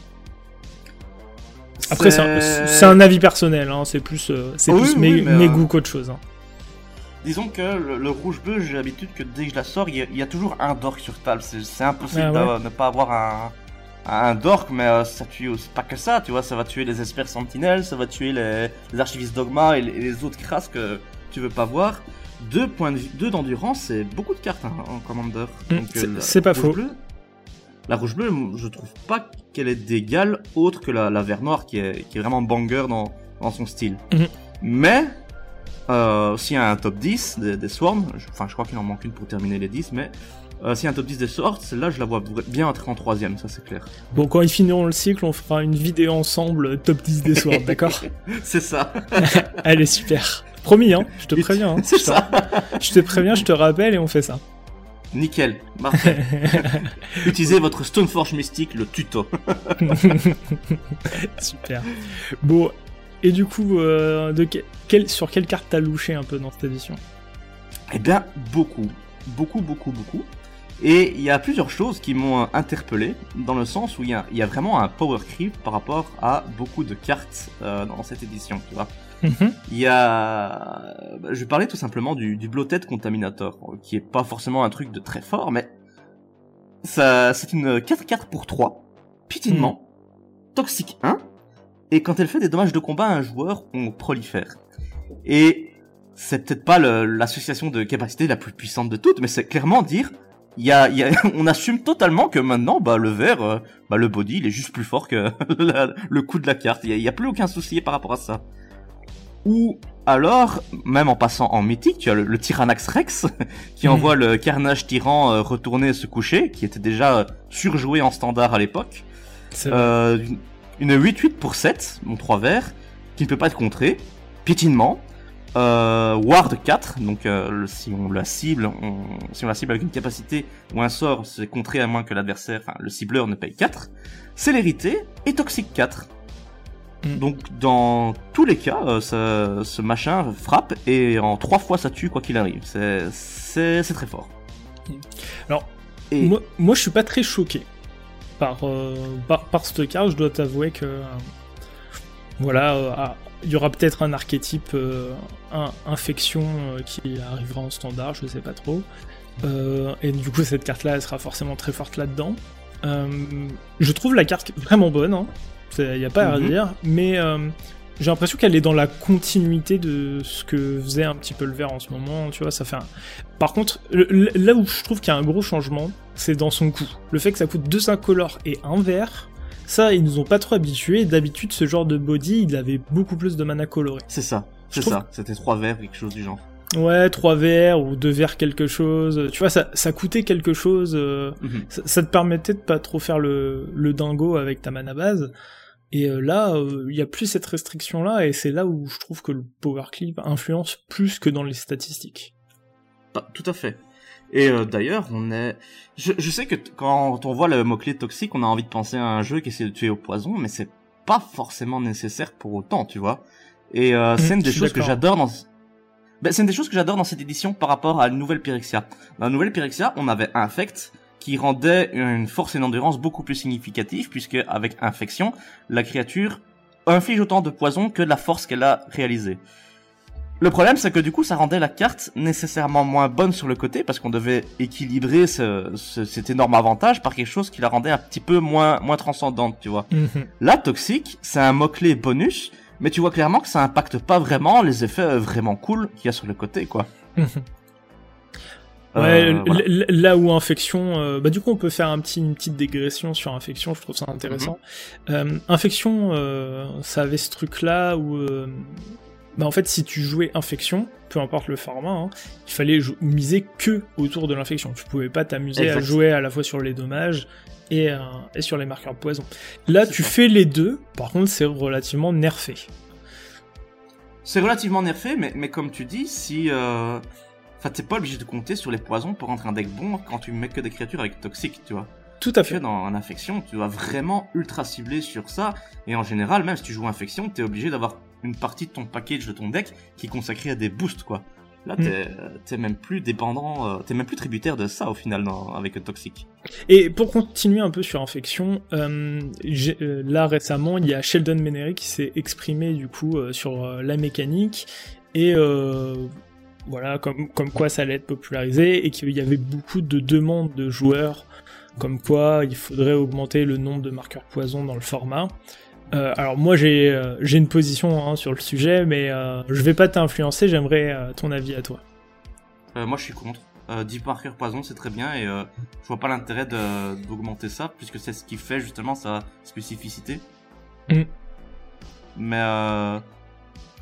Après, c'est un avis personnel, hein, c'est plus mes goûts qu'autre chose. Hein. Disons que le rouge-bleu, j'ai l'habitude que dès que je la sors, il y a toujours un dork sur table. C'est impossible de ne pas avoir un dork, mais ça tue c'est pas que ça, tu vois, ça va tuer les experts sentinelles, ça va tuer les archivistes dogma et les autres crasses que tu veux pas voir. 2 points de vie, 2 d'endurance, c'est beaucoup de cartes en commander. Donc, c'est pas faux. La rouge bleue, je trouve pas qu'elle est d'égal autre que la vert noire qui est vraiment banger dans son style. Mais s'il y a un top 10 des Swarms, je crois qu'il en manque une pour terminer les 10, mais S'il y a un top 10 des sorts, celle-là, je la vois bien entrer en 3ème, ça c'est clair. Bon, quand ils finiront le cycle, on fera une vidéo ensemble, top 10 des swords, d'accord? C'est ça. Allez, super. Promis, hein, je te préviens. Hein. C'est ça. Je te préviens, je te rappelle et on fait ça. Nickel, parfait. Utilisez votre Stoneforge mystique, le tuto. Super. Bon, et du coup, sur quelle carte t'as louché un peu dans cette édition? Eh bien, beaucoup. Et il y a plusieurs choses qui m'ont interpellé, dans le sens où il y a vraiment un power creep par rapport à beaucoup de cartes dans cette édition, tu vois. Il y a... Je vais parler tout simplement du Bloated Contaminator, qui est pas forcément un truc de très fort, mais ça, c'est une 4/4 pour 3, piétinement, toxique 1, et quand elle fait des dommages de combat à un joueur, on prolifère. Et c'est peut-être pas l'association de capacité la plus puissante de toutes, mais c'est clairement dire... on assume totalement que maintenant, le vert, le body, il est juste plus fort que le coup de la carte. Il y a plus aucun souci par rapport à ça. Ou alors, même en passant en mythique, tu as le Tyrannax Rex, qui envoie le Carnage Tyran retourner se coucher, qui était déjà surjoué en standard à l'époque. Une 8/8 pour 7, mon 3 verts, qui ne peut pas être contré. Piétinement. Ward 4, donc si on la cible avec une capacité ou un sort, c'est contré à moins que l'adversaire, le cibleur ne paye 4. Célérité et Toxique 4. Donc dans tous les cas, ce machin frappe et en 3 fois ça tue quoi qu'il arrive. C'est très fort. Alors moi je suis pas très choqué par cette carte. Je dois t'avouer que il y aura peut-être un archétype infection qui arrivera en standard, je sais pas trop. Et du coup cette carte là elle sera forcément très forte là-dedans. Je trouve la carte vraiment bonne, hein. Y a pas à dire, mais j'ai l'impression qu'elle est dans la continuité de ce que faisait un petit peu le vert en ce moment, tu vois, ça fait Par contre, là où je trouve qu'il y a un gros changement, c'est dans son coût. Le fait que ça coûte 2 incolores et 1 vert, ça, ils nous ont pas trop habitués. D'habitude, ce genre de body, il avait beaucoup plus de mana coloré. C'est ça, c'était 3 verts, quelque chose du genre. Ouais, 3 verts ou 2 verts quelque chose. Tu vois, ça coûtait quelque chose. Ça te permettait de pas trop faire le dingo avec ta mana base. Et là, il y a plus cette restriction-là, et c'est là où je trouve que le power clip influence plus que dans les statistiques. Tout à fait. Et d'ailleurs, je sais que quand on voit le mot-clé toxique, on a envie de penser à un jeu qui essaie de tuer au poison, mais c'est pas forcément nécessaire pour autant, tu vois. Et c'est une des choses que j'adore c'est une des choses que j'adore dans cette édition par rapport à la nouvelle Pyrexia. Dans la nouvelle Pyrexia, on avait Infect, qui rendait une force et une endurance beaucoup plus significatives, puisque avec Infection, la créature inflige autant de poison que de la force qu'elle a réalisée. Le problème, c'est que du coup, ça rendait la carte nécessairement moins bonne sur le côté, parce qu'on devait équilibrer cet énorme avantage par quelque chose qui la rendait un petit peu moins transcendante, tu vois. Là, Toxique, c'est un mot-clé bonus, mais tu vois clairement que ça impacte pas vraiment les effets vraiment cool qu'il y a sur le côté, quoi. Ouais, voilà. Là où Infection, du coup on peut faire une petite dégression sur Infection, je trouve ça intéressant. Infection, ça avait ce truc là où, en fait si tu jouais Infection, peu importe le format, hein, il fallait miser que autour de l'Infection. Tu pouvais pas t'amuser à jouer à la fois sur les dommages et sur les marqueurs de poison. Là tu fais les deux, par contre c'est relativement nerfé. C'est relativement nerfé, mais comme tu dis, si... t'es pas obligé de compter sur les poisons pour rentrer un deck bon quand tu mets que des créatures avec toxique, tu vois. Tout à fait. Dans une infection, tu dois vraiment ultra cibler sur ça. Et en général, même si tu joues infection, t'es obligé d'avoir une partie de ton package de ton deck qui est consacrée à des boosts, quoi. Là, t'es même plus dépendant, t'es même plus tributaire de ça au final avec le toxique. Et pour continuer un peu sur Infection, là récemment, il y a Sheldon Menery qui s'est exprimé du coup sur la mécanique et voilà, comme quoi ça allait être popularisé et qu'il y avait beaucoup de demandes de joueurs, comme quoi il faudrait augmenter le nombre de marqueurs poison dans le format. Alors moi j'ai une position sur le sujet, mais je vais pas t'influencer, j'aimerais ton avis à toi. Moi je suis contre. 10 marqueurs poison c'est très bien et je vois pas l'intérêt d'augmenter ça, puisque c'est ce qui fait justement sa spécificité. Mais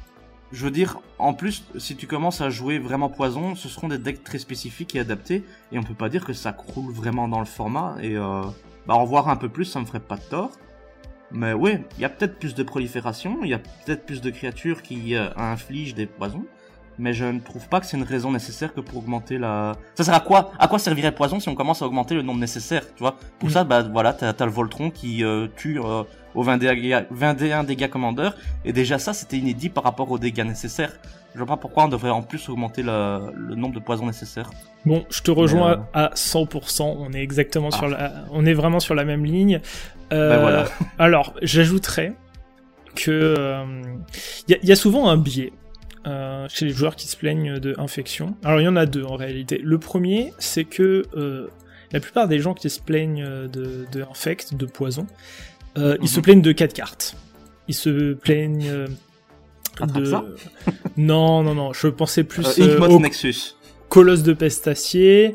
je veux dire, en plus, si tu commences à jouer vraiment poison, ce seront des decks très spécifiques et adaptés, et on peut pas dire que ça croule vraiment dans le format, et en voir un peu plus, ça me ferait pas de tort. Mais ouais, il y a peut-être plus de prolifération, il y a peut-être plus de créatures qui infligent des poisons, mais je ne trouve pas que c'est une raison nécessaire que pour augmenter la... Ça sert à quoi servirait poison si on commence à augmenter le nombre nécessaire, tu vois? Pour ça, voilà, t'as le Voltron qui tue au 21 dégâts Commander, et déjà ça, c'était inédit par rapport aux dégâts nécessaires. Je vois pas pourquoi on devrait en plus augmenter le nombre de poisons nécessaires. Bon, je te rejoins à 100%, on est exactement on est vraiment sur la même ligne. Voilà. Alors, j'ajouterais que y a souvent un biais chez les joueurs qui se plaignent de infection. Alors, il y en a deux en réalité. Le premier, c'est que la plupart des gens qui se plaignent de infect, de poison, ils se plaignent de 4 cartes. Ils se plaignent ça Non, je pensais plus au Nexus. Colosse de Pestacier,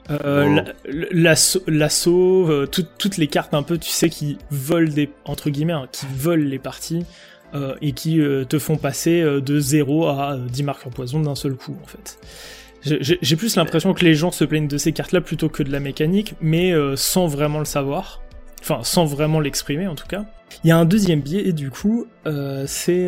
l'assaut, toutes les cartes un peu, tu sais, qui volent entre guillemets, qui volent les parties et qui te font passer de 0 à 10 marqueurs poison d'un seul coup, en fait. J'ai plus l'impression que les gens se plaignent de ces cartes-là plutôt que de la mécanique, mais sans vraiment le savoir. Enfin, sans vraiment l'exprimer, en tout cas. Il y a un deuxième biais, et du coup, c'est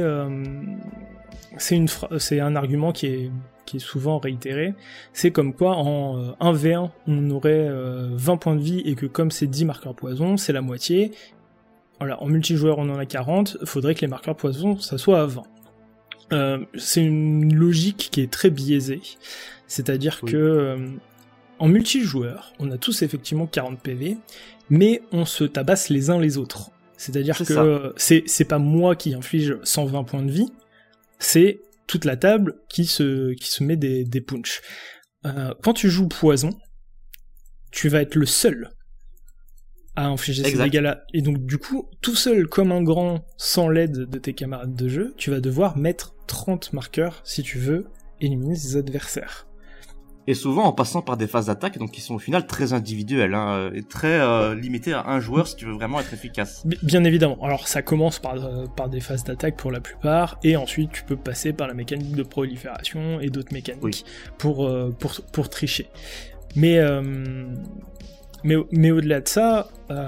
un argument qui est souvent réitéré, c'est comme quoi en 1v1 on aurait 20 points de vie et que comme c'est 10 marqueurs poison, c'est la moitié. Voilà, en multijoueur on en a 40, faudrait que les marqueurs poison ça soit à 20. C'est une logique qui est très biaisée, c'est-à-dire que en multijoueur, on a tous effectivement 40 PV, mais on se tabasse les uns les autres. C'est-à-dire que c'est pas moi qui inflige 120 points de vie, c'est toute la table qui se met des punchs. Quand tu joues poison, tu vas être le seul à infliger ces dégâts-là. Et donc, du coup, tout seul, comme un grand, sans l'aide de tes camarades de jeu, tu vas devoir mettre 30 marqueurs si tu veux éliminer ses adversaires. Et souvent en passant par des phases d'attaque, donc qui sont au final très individuelles, et très limitées à un joueur si tu veux vraiment être efficace. Bien évidemment. Alors ça commence par des phases d'attaque pour la plupart, et ensuite tu peux passer par la mécanique de prolifération et d'autres mécaniques pour tricher. Mais au-delà de ça,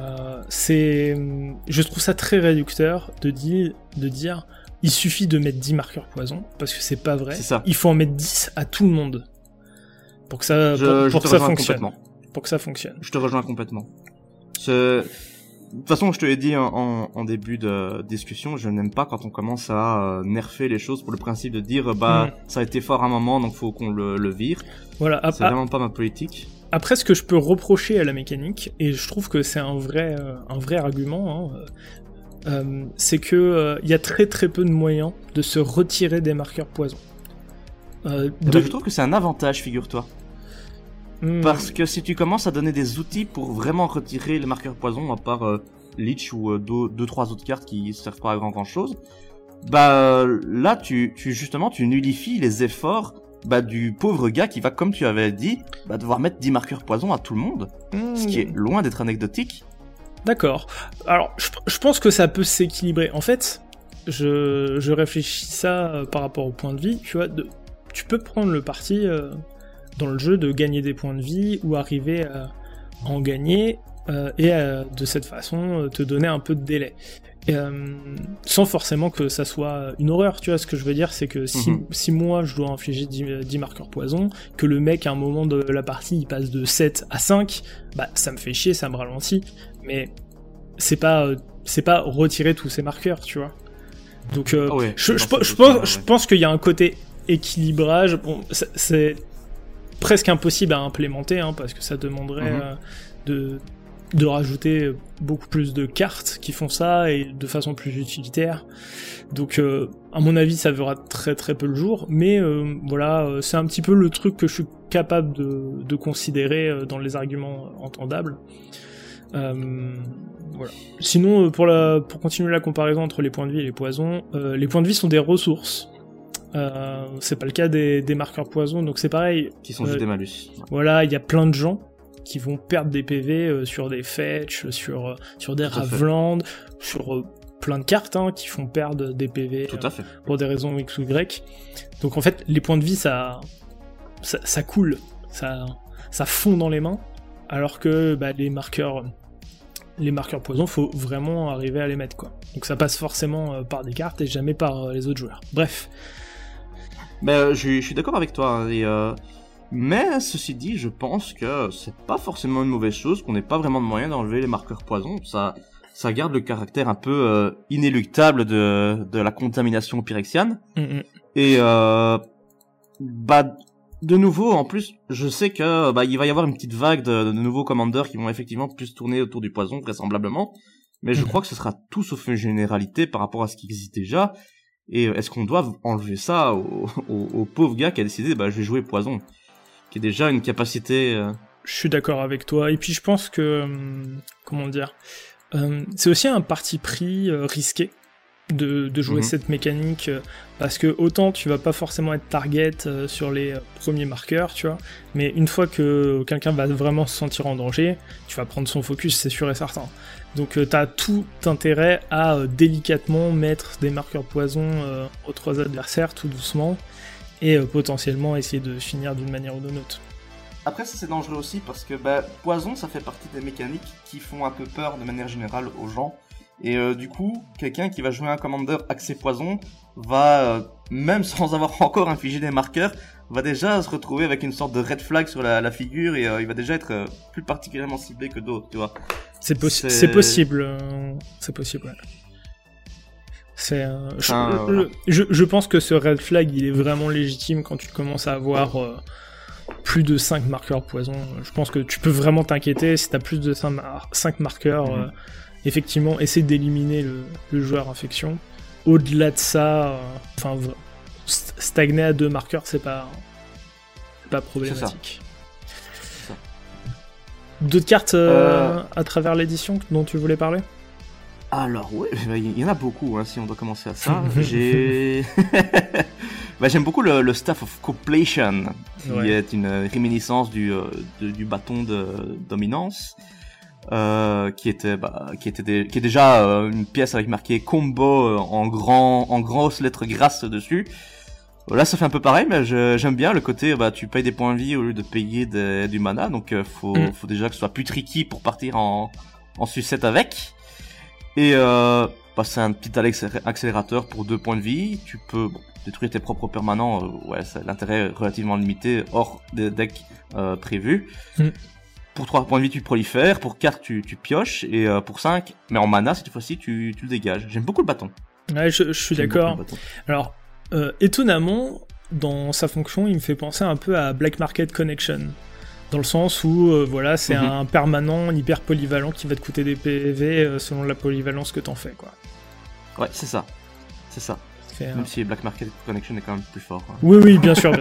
je trouve ça très réducteur de dire il suffit de mettre 10 marqueurs poison, parce que c'est pas vrai. C'est ça. Il faut en mettre 10 à tout le monde. Pour que ça fonctionne. Pour que ça fonctionne. Je te rejoins complètement. De toute façon, je te l'ai dit en début de discussion, je n'aime pas quand on commence à nerfer les choses pour le principe de dire ça a été fort à un moment, donc faut qu'on le vire. Voilà. C'est vraiment pas ma politique. Après, ce que je peux reprocher à la mécanique, et je trouve que c'est un vrai argument, c'est que y a très très peu de moyens de se retirer des marqueurs poison. Je trouve que c'est un avantage, figure-toi. Parce que si tu commences à donner des outils pour vraiment retirer les marqueurs poison, à part Leech ou 2-3 autres cartes qui servent pas à grand chose, là tu nullifies les efforts du pauvre gars qui va, comme tu avais dit, devoir mettre 10 marqueurs poison à tout le monde. Ce qui est loin d'être anecdotique. D'accord. Alors, je pense que ça peut s'équilibrer. En fait, je réfléchis ça par rapport au point de vie, tu vois, tu peux prendre le parti dans le jeu de gagner des points de vie ou arriver à en gagner et de cette façon te donner un peu de délai. Sans forcément que ça soit une horreur, tu vois, ce que je veux dire, c'est que si moi je dois infliger 10 marqueurs poison, que le mec à un moment de la partie il passe de 7 à 5, ça me fait chier, ça me ralentit, mais c'est pas retirer tous ces marqueurs, tu vois. Donc je pense qu'il y a un côté équilibrage. Bon, c'est presque impossible à implémenter, parce que ça demanderait de rajouter beaucoup plus de cartes qui font ça et de façon plus utilitaire. Donc à mon avis ça verra très très peu le jour, mais voilà, c'est un petit peu le truc que je suis capable de considérer dans les arguments entendables. Voilà. Sinon pour continuer la comparaison entre les points de vie et les poisons, les points de vie sont des ressources. C'est pas le cas des marqueurs poison, donc c'est pareil. Qui sont juste des malus. Voilà, il y a plein de gens qui vont perdre des PV sur des fetch, sur des Raveland, sur plein de cartes qui font perdre des PV Tout à fait. Pour des raisons X ou Y. Donc en fait, les points de vie, ça coule, ça fond dans les mains, alors que les marqueurs poison, faut vraiment arriver à les mettre, quoi. Donc ça passe forcément par des cartes et jamais par les autres joueurs. Bref. Je suis d'accord avec toi, mais ceci dit, je pense que c'est pas forcément une mauvaise chose, qu'on n'ait pas vraiment de moyen d'enlever les marqueurs poison. Ça garde le caractère un peu inéluctable de la contamination pyrexiane. Et de nouveau, en plus, je sais que il va y avoir une petite vague de nouveaux commandeurs qui vont effectivement plus tourner autour du poison, vraisemblablement. Mais je crois que ce sera tout sauf une généralité par rapport à ce qui existe déjà. Et est-ce qu'on doit enlever ça au pauvre gars qui a décidé, je vais jouer poison, qui est déjà une capacité... Je suis d'accord avec toi. Et puis je pense que... comment dire, c'est aussi un parti pris risqué de jouer cette mécanique, parce que autant tu vas pas forcément être target sur les premiers marqueurs, tu vois, mais une fois que quelqu'un va vraiment se sentir en danger, tu vas prendre son focus, c'est sûr et certain. Donc t'as tout intérêt à délicatement mettre des marqueurs poison aux trois adversaires, tout doucement, et potentiellement essayer de finir d'une manière ou d'une autre. Après ça c'est dangereux aussi parce que poison ça fait partie des mécaniques qui font un peu peur de manière générale aux gens. Et du coup, quelqu'un qui va jouer un commander axé poison va, même sans avoir encore infligé des marqueurs, va déjà se retrouver avec une sorte de red flag sur la figure et il va déjà être plus particulièrement ciblé que d'autres, tu vois. C'est possible, c'est possible, ouais. Je pense que ce red flag, il est vraiment légitime quand tu commences à avoir plus de 5 marqueurs poison. Je pense que tu peux vraiment t'inquiéter si t'as plus de 5 marqueurs. Effectivement, essayer d'éliminer le joueur infection. Au-delà de ça, stagner à 2 marqueurs, c'est pas problématique. C'est ça. D'autres cartes à travers l'édition dont tu voulais parler ? Alors ouais, il y en a beaucoup, si on doit commencer à ça. J'aime beaucoup le Staff of Completion, qui est une réminiscence du bâton de dominance. Qui est déjà une pièce avec marqué combo en grosses lettres grasses dessus. Là ça fait un peu pareil, mais j'aime bien le côté tu payes des points de vie au lieu de payer du mana, donc faut déjà que ce soit plus tricky pour partir en sucette avec. Et c'est un petit accélérateur pour 2 points de vie. Tu peux détruire tes propres permanents, l'intérêt est relativement limité hors des decks prévus. Pour 3 points de vie, tu prolifères, pour 4, tu pioches, et pour 5, mais en mana, cette fois-ci, tu le dégages. J'aime beaucoup le bâton. Ouais, je suis d'accord. Alors, étonnamment, dans sa fonction, il me fait penser un peu à Black Market Connection. Dans le sens où, c'est un permanent hyper polyvalent qui va te coûter des PV selon la polyvalence que t'en fais, quoi. Ouais, c'est ça. Même si Black Market Connection est quand même plus fort. Oui, bien sûr.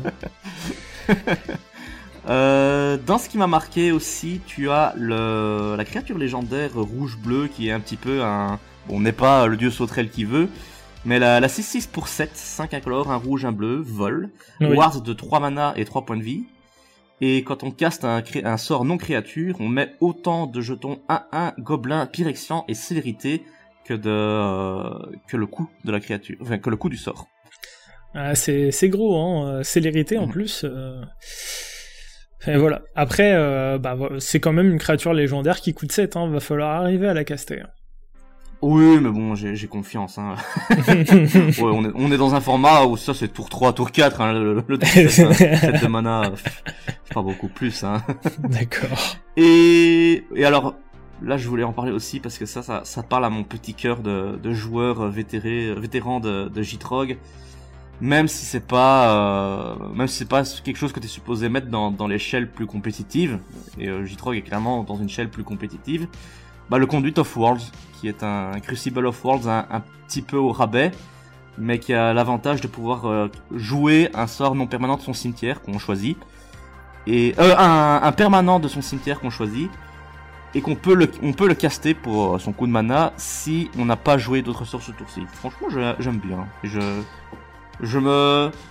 Dans ce qui m'a marqué aussi, tu as la créature légendaire rouge-bleu qui est un petit peu n'est pas le dieu sauterelle qui veut, mais la 6-6 pour 7, 5 incolores, un rouge, un bleu, vol, ward de 3 mana et 3 points de vie, et quand on caste un sort non créature, on met autant de jetons 1-1, gobelin, pyrexian et célérité que le coût de la créature, que le coût du sort. C'est gros, célérité en plus... Et voilà. Après, c'est quand même une créature légendaire qui coûte 7, va falloir arriver à la caster. Oui, mais bon, j'ai confiance, on est dans un format où ça c'est tour 3, tour 4, le tour 7 de mana, pas beaucoup plus, D'accord. Et alors, là je voulais en parler aussi parce que ça parle à mon petit cœur de joueur vétéran de J-Trog. Même si c'est pas quelque chose que t'es supposé mettre dans l'échelle plus compétitive, et J-Trog est clairement dans une échelle plus compétitive, le Conduit of Worlds, qui est un Crucible of Worlds un petit peu au rabais, mais qui a l'avantage de pouvoir jouer un sort non permanent de son cimetière qu'on choisit, et un permanent de son cimetière qu'on choisit, et on peut le caster pour son coup de mana si on n'a pas joué d'autres sorts ce tour-ci. Franchement, j'aime bien.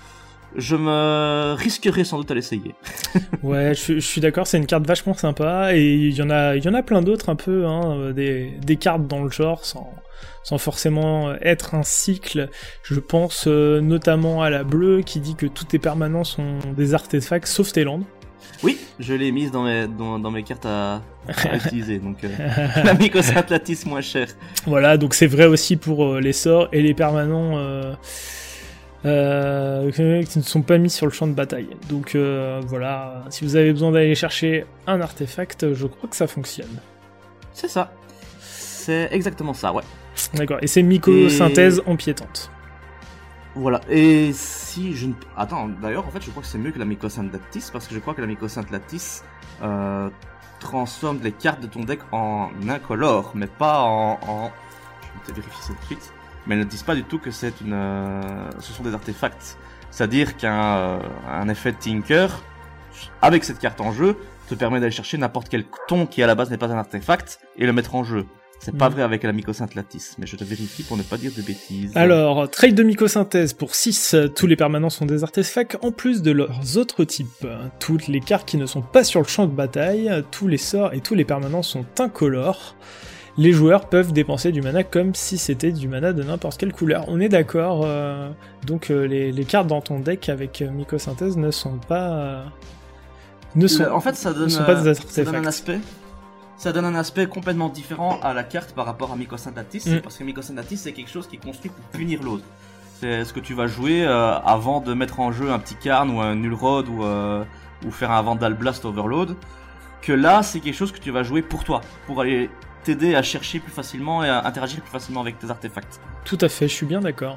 je me risquerais sans doute à l'essayer. Ouais, je suis d'accord, c'est une carte vachement sympa, et il y en a plein d'autres un peu, hein, des cartes dans le genre, sans forcément être un cycle. Je pense notamment à la bleue qui dit que tous tes permanents sont des artefacts sauf tes landes. Oui, je l'ai mise dans mes cartes à utiliser, donc la Mycos Atlantis moins cher. Voilà, donc c'est vrai aussi pour les sorts et les permanents qui ne sont pas mis sur le champ de bataille. Donc voilà, si vous avez besoin d'aller chercher un artefact, je crois que ça fonctionne. C'est ça. C'est exactement ça, ouais. D'accord, et c'est mycosynthèse empiétante. Voilà, et si je ne... Attends, d'ailleurs, en fait, je crois que c'est mieux que la Mycos Atlantis, parce que je crois que la Mycos Atlantis transforme les cartes de ton deck en incolore, mais pas en... Je vais te vérifier ça tout de suite. Mais elles ne disent pas du tout que ce sont des artefacts. C'est-à-dire qu'un effet Tinker, avec cette carte en jeu, te permet d'aller chercher n'importe quel ton qui à la base n'est pas un artefact, et le mettre en jeu. C'est pas vrai avec la Mycos Atlantis, mais je te vérifie pour ne pas dire de bêtises. Alors, trade de mycosynthèse pour 6, tous les permanents sont des artefacts en plus de leurs autres types. Toutes les cartes qui ne sont pas sur le champ de bataille, tous les sorts et tous les permanents sont incolores. Les joueurs peuvent dépenser du mana comme si c'était du mana de n'importe quelle couleur. On est d'accord, donc les cartes dans ton deck avec mycosynthèse ne sont pas... en fait, ça donne, pas des artefacts. Ça donne un aspect complètement différent à la carte par rapport à Mycos Atlantis, parce que Mycos Atlantis c'est quelque chose qui est construit pour punir l'autre. C'est ce que tu vas jouer avant de mettre en jeu un petit Karn ou un Nullrod ou faire un Vandal Blast Overload. Que là, c'est quelque chose que tu vas jouer pour toi, pour aller t'aider à chercher plus facilement et à interagir plus facilement avec tes artefacts. Tout à fait, je suis bien d'accord.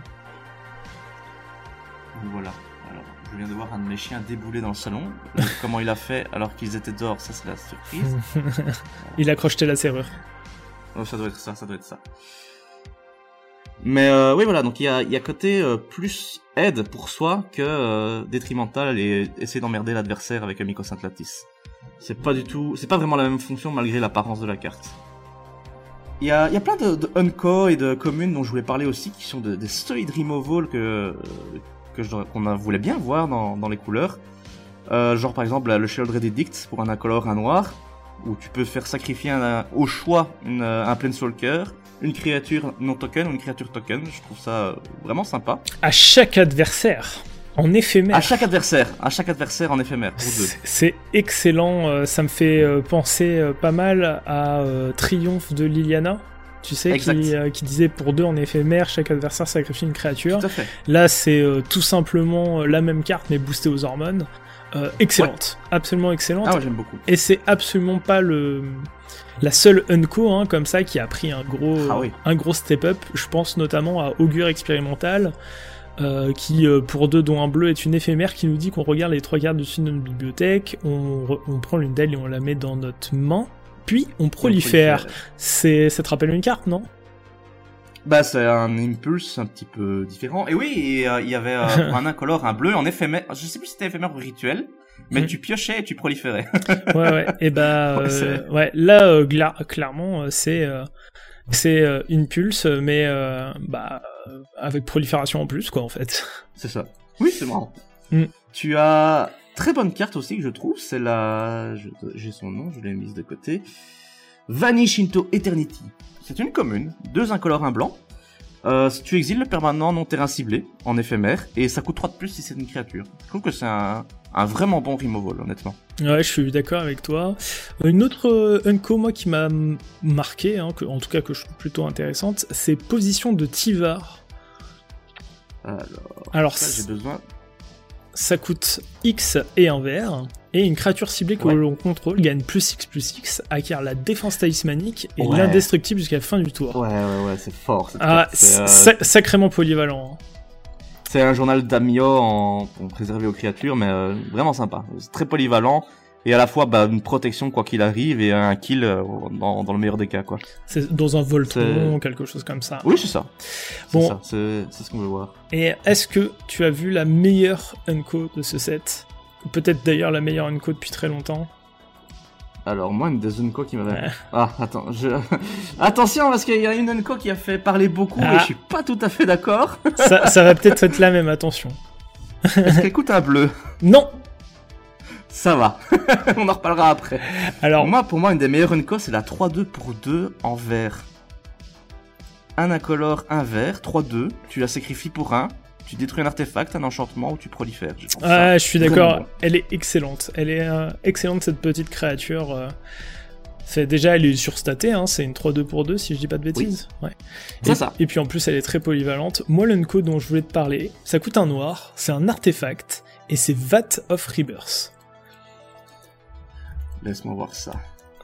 Voilà. Je viens de voir un de mes chiens débouler dans le salon. Comment il a fait alors qu'ils étaient dehors, ça c'est la surprise. Il a crocheté la serrure. Oh, ça doit être ça. Mais oui voilà, donc il y a côté plus aide pour soi que détrimental et essayer d'emmerder l'adversaire avec un Mycos Atlantis. C'est pas vraiment la même fonction malgré l'apparence de la carte. Il y a plein de unco et de communes dont je voulais parler aussi qui sont des solid removal qu'on voulait bien voir dans les couleurs. Genre par exemple le Sheoldred Edict pour un incolore, un noir, où tu peux faire sacrifier au choix un Planeswalker, une créature non token ou une créature token. Je trouve ça vraiment sympa. À chaque adversaire, en éphémère. À chaque adversaire en éphémère, pour deux. C'est excellent, ça me fait penser pas mal à Triomphe de Liliana. Tu sais, qui disait pour 2 en éphémère, chaque adversaire sacrifie une créature. Tout à fait. Là, c'est tout simplement la même carte, mais boostée aux hormones. Excellente, ouais. Absolument excellente. Ah ouais, j'aime beaucoup. Et c'est absolument pas la seule unco comme ça qui a pris un gros step-up. Je pense notamment à Augure Expérimental, qui pour 2 dont un bleu est une éphémère, qui nous dit qu'on regarde les 3 cartes dessus de notre bibliothèque, on prend l'une d'elles et on la met dans notre main. Puis on prolifère. Ça te rappelle une carte, non ? Bah c'est un impulse un petit peu différent. Et oui, il y avait un incolore, un bleu en éphémère. Je sais plus si c'était éphémère ou rituel, mais tu piochais et tu proliférais. ouais. Et bah là clairement c'est une pulse, mais avec prolifération en plus quoi en fait. C'est ça. Oui, c'est marrant. Tu as très bonne carte aussi que je trouve, c'est j'ai son nom, je l'ai mise de côté. Vanish into Eternity. C'est une commune, 2 incolores, 1 blanc. Tu exiles le permanent non terrain ciblé en éphémère et ça coûte 3 de plus si c'est une créature. Je trouve que c'est un vraiment bon removal, honnêtement. Ouais, je suis d'accord avec toi. Une autre unco moi qui m'a marqué, en tout cas que je trouve plutôt intéressante, c'est Position de Tyvar. Alors ça, j'ai besoin. Ça coûte X et un vert, et une créature ciblée que l'on contrôle gagne +X/+X, acquiert la défense talismanique et l'indestructible jusqu'à la fin du tour. Ouais, c'est fort. Sacrément polyvalent. C'est un journal d'Amio pour préserver aux créatures, mais vraiment sympa. C'est très polyvalent, et à la fois une protection quoi qu'il arrive, et un kill dans le meilleur des cas, quoi. C'est dans un Voltron, quelque chose comme ça. Oui, c'est ça. Bon, c'est ce qu'on veut voir. Et est-ce que tu as vu la meilleure unco de ce set ? Peut-être d'ailleurs la meilleure unco depuis très longtemps. Alors moi, une des unco qui m'avait... Ah, attends, attention, parce qu'il y a une unco qui a fait parler beaucoup, et je suis pas tout à fait d'accord. ça va peut-être être la même, attention. Est-ce qu'elle coûte un bleu? Non. Ça va. On en reparlera après. Alors, Pour moi, une des meilleures Unco, c'est la 3-2 pour 2 en vert. Un incolore, un vert, 3-2. Tu la sacrifies pour un. Tu détruis un artefact, un enchantement ou tu prolifères. je suis d'accord. Vraiment bon. Elle est excellente. Elle est excellente, cette petite créature. Déjà, elle est surstatée, hein, c'est une 3-2 pour 2 si je dis pas de bêtises. Ouais. C'est ça. Et puis en plus, elle est très polyvalente. Moi, l'Unco dont je voulais te parler, ça coûte un noir, c'est un artefact, et c'est Vat of Rebirth. Laisse-moi voir ça.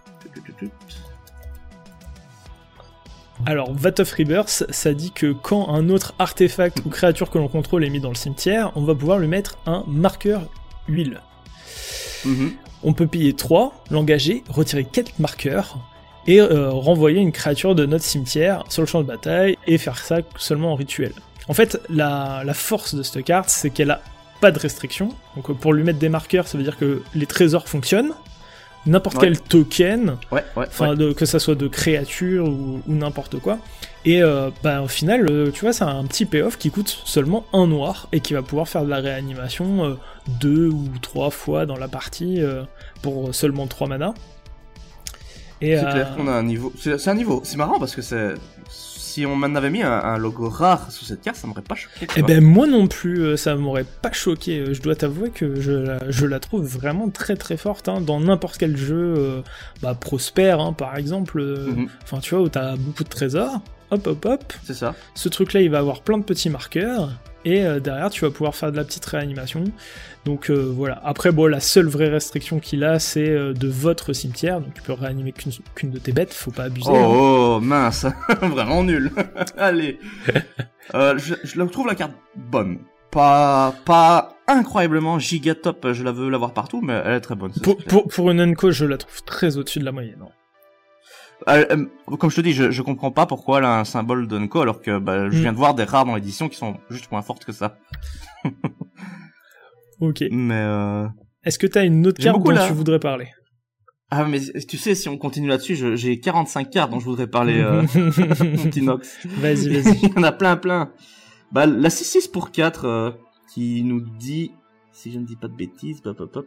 Alors, Vat of Rebirth, ça dit que quand un autre artefact ou créature que l'on contrôle est mis dans le cimetière, on va pouvoir lui mettre un marqueur huile. On peut payer 3, l'engager, retirer 4 marqueurs, et renvoyer une créature de notre cimetière sur le champ de bataille, et faire ça seulement en rituel. En fait, la force de cette carte, c'est qu'elle a pas de restriction. Donc pour lui mettre des marqueurs, ça veut dire que les trésors fonctionnent, n'importe quel token, que ça soit de créature ou n'importe quoi. Et au final, tu vois, c'est un petit payoff qui coûte seulement 1 noir et qui va pouvoir faire de la réanimation 2 ou 3 fois dans la partie pour seulement 3 mana. Et c'est clair qu'on a un niveau. C'est un niveau. C'est marrant parce que si on m'en avait mis un logo rare sous cette carte, ça m'aurait pas choqué. Eh ben moi non plus, ça m'aurait pas choqué. Je dois t'avouer que je la trouve vraiment très très forte, hein, dans n'importe quel jeu, Prospère, hein, par exemple. Enfin, tu vois, où t'as beaucoup de trésors. Hop. C'est ça. Ce truc-là, il va avoir plein de petits marqueurs. Et derrière, tu vas pouvoir faire de la petite réanimation. Donc voilà. Après, la seule vraie restriction qu'il a, c'est de votre cimetière. Donc tu peux réanimer qu'une de tes bêtes, faut pas abuser. Oh, mince. Vraiment nul. Allez. Je trouve la carte bonne. Pas incroyablement giga top, je la veux l'avoir partout, mais elle est très bonne. Pour une Unco, je la trouve très au-dessus de la moyenne. Comme je te dis, je comprends pas pourquoi elle a un symbole d'Unco alors que je viens de voir des rares dans l'édition qui sont juste moins fortes que ça. Ok. Mais est-ce que t'as une autre carte dont tu voudrais parler? Ah mais tu sais, si on continue là-dessus, j'ai 45 cartes dont je voudrais parler, mon petit Nox. Vas-y. Il y en a plein. La 6-6 pour 4 qui nous dit, si je ne dis pas de bêtises,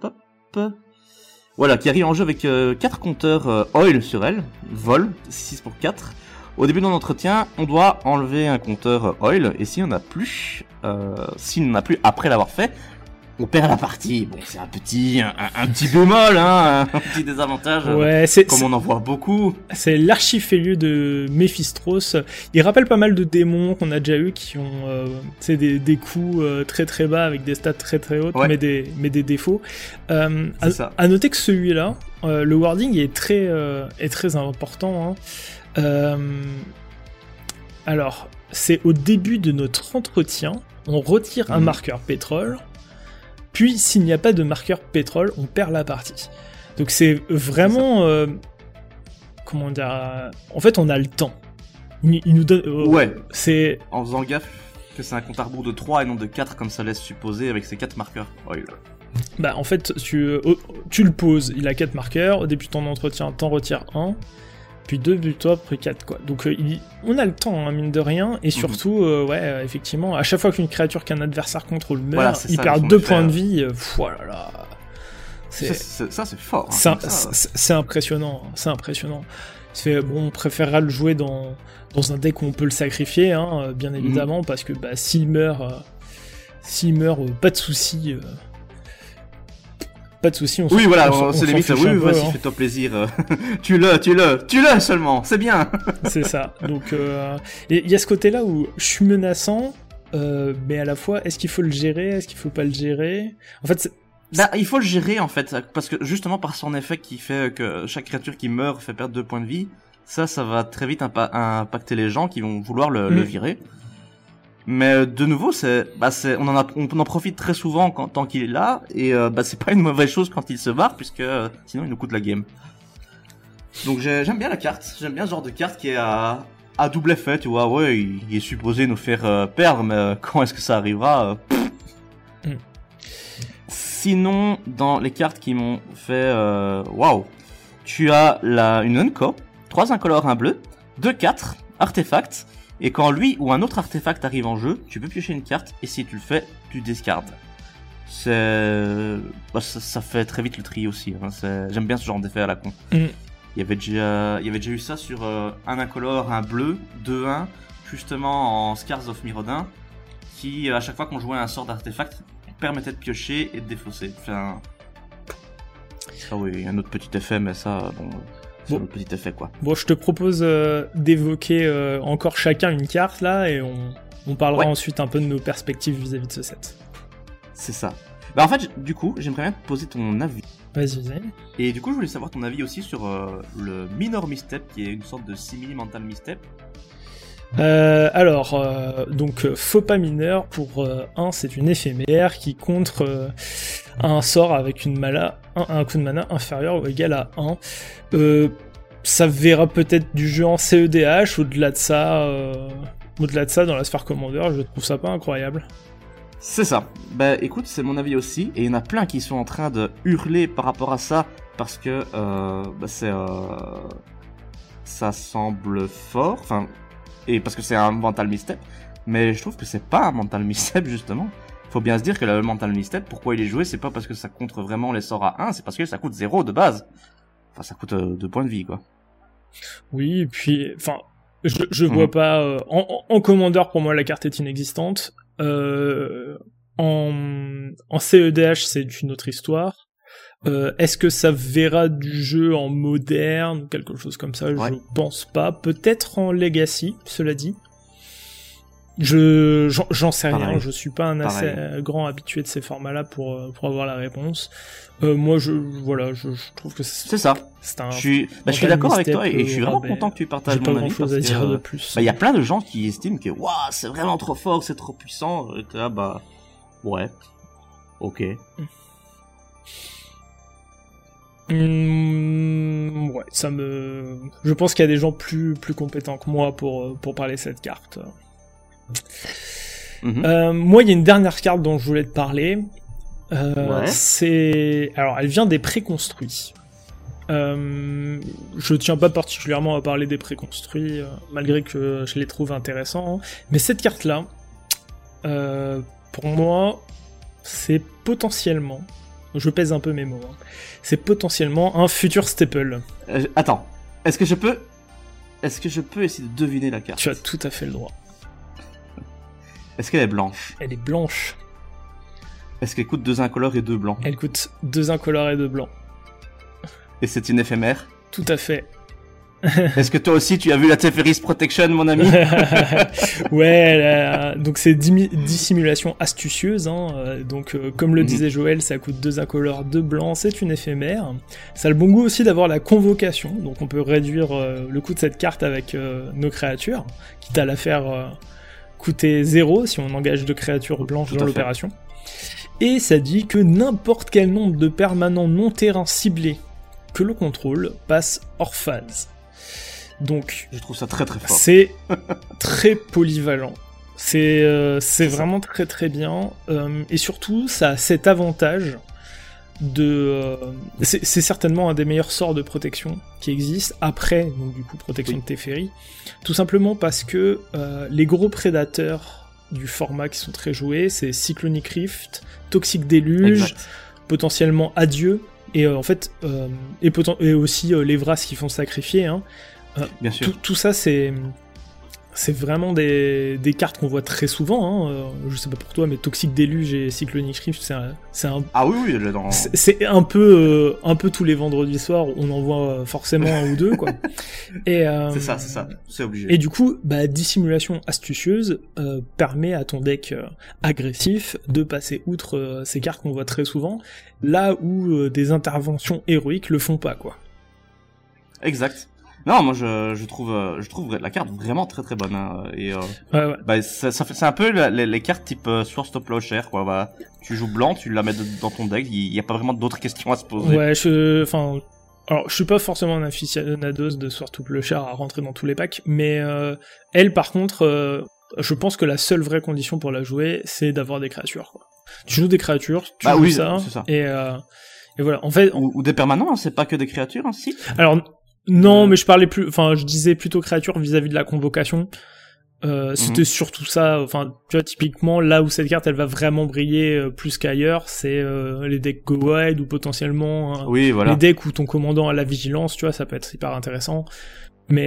voilà, qui arrive en jeu avec 4 compteurs oil sur elle, vol, 6 pour 4. Au début de mon entretien, on doit enlever un compteur oil, et s'il n'y en a plus après l'avoir fait, on perd la partie. Bon, c'est un petit bémol, hein, un petit désavantage, comme on en voit beaucoup. C'est l'archifélieux de Méphistros. Il rappelle pas mal de démons qu'on a déjà eu qui ont des coups très très bas avec des stats très très hautes, mais des défauts. À noter que celui-là, le wording est très important. Hein. Alors, c'est au début de notre entretien, on retire un marqueur pétrole. Puis, s'il n'y a pas de marqueur pétrole, on perd la partie. Donc c'est vraiment... comment dire... en fait, on a le temps. Il nous donne... c'est... En faisant gaffe que c'est un compte à rebours de 3 et non de 4, comme ça laisse supposer avec ces 4 marqueurs. En fait, tu le poses, il a 4 marqueurs. Au début de ton entretien, t'en retires 1. Puis 2 buts-toi, puis 4, quoi. Donc on a le temps, hein, mine de rien, et surtout, effectivement, à chaque fois qu'une créature qu'un adversaire contrôle meurt, il perd 2 points de vie, voilà. Ça, c'est fort. Hein, c'est impressionnant, on préférera le jouer dans un deck où on peut le sacrifier, hein, bien évidemment, parce que s'il meurt, pas de soucis. Pas de soucis, on c'est limite, vas-y, fais-toi plaisir. tu l'as seulement, c'est bien. C'est ça. Donc, il y a ce côté-là où je suis menaçant, mais à la fois, est-ce qu'il faut le gérer, est-ce qu'il faut pas le gérer? En fait, il faut le gérer, en fait, parce que justement, par son effet qui fait que chaque créature qui meurt fait perdre 2 points de vie, ça va très vite impacter les gens qui vont vouloir le virer. Mais de nouveau, on en profite très souvent tant qu'il est là, et c'est pas une mauvaise chose quand il se barre, puisque sinon il nous coûte la game. Donc j'aime bien la carte, j'aime bien ce genre de carte qui est à double effet, tu vois. Ouais, il est supposé nous faire perdre, mais quand est-ce que ça arrivera Sinon, dans les cartes qui m'ont fait waouh, tu as une Unco, 3 incolores, 1 bleu, 2/4, artefact. Et quand lui ou un autre artefact arrive en jeu, tu peux piocher une carte, et si tu le fais, tu discardes. ça fait très vite le tri aussi. Hein. J'aime bien ce genre d'effet à la con. Il y avait déjà eu ça sur un incolore, un bleu, 2-1, justement en Scars of Mirrodin, qui à chaque fois qu'on jouait un sort d'artefact permettait de piocher et de défausser. Enfin, ça oui, un autre petit effet, mais ça, bon, c'est un autre petit effet quoi. Bon, je te propose d'évoquer encore chacun une carte là, et on parlera ensuite un peu de nos perspectives vis-à-vis de ce set. C'est ça. Bah en fait, du coup, j'aimerais bien te poser ton avis. Vas-y. Et du coup, je voulais savoir ton avis aussi sur le Minor Misstep, qui est une sorte de simili Mental Misstep. Donc faux pas mineur pour 1, c'est une éphémère qui contre un sort avec un coût de mana inférieur ou égal à 1. Ça verra peut-être du jeu en CEDH. Au-delà de ça, dans la sphère Commander, je trouve ça pas incroyable. C'est ça. Bah écoute, c'est mon avis aussi, et il y en a plein qui sont en train de hurler par rapport à ça, parce que ça semble fort, enfin, et parce que c'est un Mental Misstep, mais je trouve que c'est pas un Mental Misstep justement. Faut bien se dire que le Mental Misstep, pourquoi il est joué, c'est pas parce que ça contre vraiment les sorts à 1, c'est parce que ça coûte 0 de base. Enfin, ça coûte 2 points de vie, quoi. Oui, et puis, enfin, je vois pas... en Commander, pour moi, la carte est inexistante. En CEDH, c'est une autre histoire. Est-ce que ça verra du jeu en moderne, quelque chose comme ça? Je pense pas. Peut-être en Legacy, cela dit. J'en sais rien. Je suis pas un assez grand habitué de ces formats-là pour avoir la réponse. Moi, je trouve que c'est ça. Je suis d'accord avec toi, et je suis vraiment content que tu partages mon avis. J'ai pas grand-chose à dire de plus. Il y a plein de gens qui estiment que c'est vraiment trop fort, c'est trop puissant. Et là, ouais, ok. Ouais, je pense qu'il y a des gens plus compétents que moi pour parler de cette carte. Moi, il y a une dernière carte dont je voulais te parler. Alors, elle vient des préconstruits. Je tiens pas particulièrement à parler des préconstruits, malgré que je les trouve intéressants. Mais cette carte-là, pour moi, c'est potentiellement, je pèse un peu mes mots, c'est potentiellement un futur staple. Attends, est-ce que je peux essayer de deviner la carte? Tu as tout à fait le droit. Est-ce qu'elle est blanche? Elle est blanche. Est-ce qu'elle coûte 2 incolores et 2 blancs? Elle coûte 2 incolores et 2 blancs. Et c'est une éphémère? Tout à fait. Est-ce que toi aussi tu as vu la Teferi's Protection, mon ami? Ouais, donc c'est dissimulation astucieuse, donc comme le disait Joël, ça coûte 2 incolores, 2 blancs, c'est une éphémère. Ça a le bon goût aussi d'avoir la convocation, donc on peut réduire le coût de cette carte avec nos créatures, quitte à la faire coûter 0 si on engage 2 créatures blanches dans l'opération. Et ça dit que n'importe quel nombre de permanents non-terrain ciblés que l'on contrôle passe hors phase. Donc, je trouve ça très très fort. C'est très polyvalent. C'est vraiment très très bien. Et surtout, ça a cet avantage de... c'est certainement un des meilleurs sorts de protection qui existe, après, donc du coup, protection de Teferi. Tout simplement parce que les gros prédateurs du format qui sont très joués, c'est Cyclonic Rift, Toxic Déluge, potentiellement Adieu, et en fait, et aussi les Vras qui font sacrifier, bien sûr. Tout ça, c'est vraiment des cartes qu'on voit très souvent, je sais pas pour toi, mais Toxic Déluge et Cyclonic Rift, c'est un... Ah oui, c'est un peu tous les vendredis soirs, on en voit forcément un ou deux, quoi. Et, c'est ça, c'est obligé. Et du coup, dissimulation astucieuse permet à ton deck agressif de passer outre ces cartes qu'on voit très souvent, là où des interventions héroïques le font pas, quoi. Exact. Non, moi je trouve la carte vraiment très très bonne, et c'est un peu les cartes type Sword Stop Plowshare, quoi. Tu joues blanc, tu la mets dans ton deck, il y a pas vraiment d'autres questions à se poser. Ouais, je suis pas forcément un aficionados de Sword Stop Plowshare à rentrer dans tous les packs, mais elle par contre, je pense que la seule vraie condition pour la jouer, c'est d'avoir des créatures, quoi. Tu joues des créatures, tu joues ça, et voilà. En fait, ou des permanents, c'est pas que des créatures, si. Alors non, mais je disais plutôt créature vis-à-vis de la convocation. C'était surtout ça, enfin, tu vois, typiquement, là où cette carte, elle va vraiment briller plus qu'ailleurs, c'est les decks Go Wide, ou potentiellement les decks où ton commandant a la vigilance, tu vois, ça peut être hyper intéressant. Mais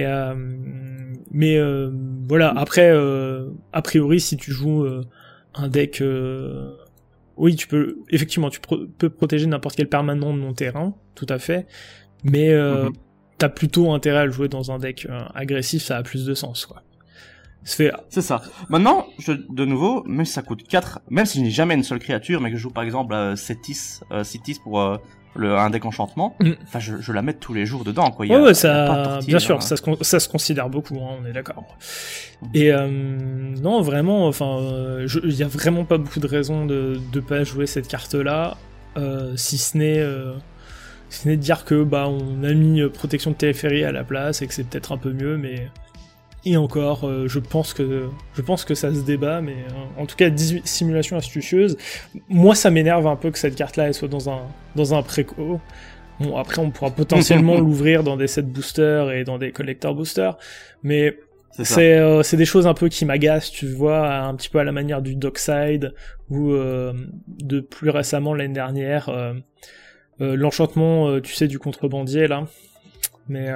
voilà, après, a priori, si tu joues un deck... oui, tu peux protéger n'importe quel permanent de mon terrain, tout à fait, mais t'as plutôt intérêt à le jouer dans un deck agressif, ça a plus de sens, quoi. C'est ça. Maintenant, de nouveau, même si ça coûte 4, même si je n'ai jamais une seule créature, mais que je joue par exemple Citis pour un deck enchantement, enfin je la mets tous les jours dedans, quoi. Ça, bien sûr, ça se considère beaucoup, hein, on est d'accord. Et non, vraiment, enfin, il y a vraiment pas beaucoup de raisons de pas jouer cette carte-là, si ce n'est de dire que on a mis protection de Teferi à la place et que c'est peut-être un peu mieux, mais et encore, je pense que ça se débat, mais en tout cas, 18 simulations astucieuses. Moi, ça m'énerve un peu que cette carte-là, elle soit dans un préco. Bon, après, on pourra potentiellement l'ouvrir dans des sets boosters et dans des collector boosters, mais c'est des choses un peu qui m'agacent, tu vois, un petit peu à la manière du Dockside, ou de plus récemment, l'année dernière, l'enchantement, tu sais, du contrebandier, là. Mais...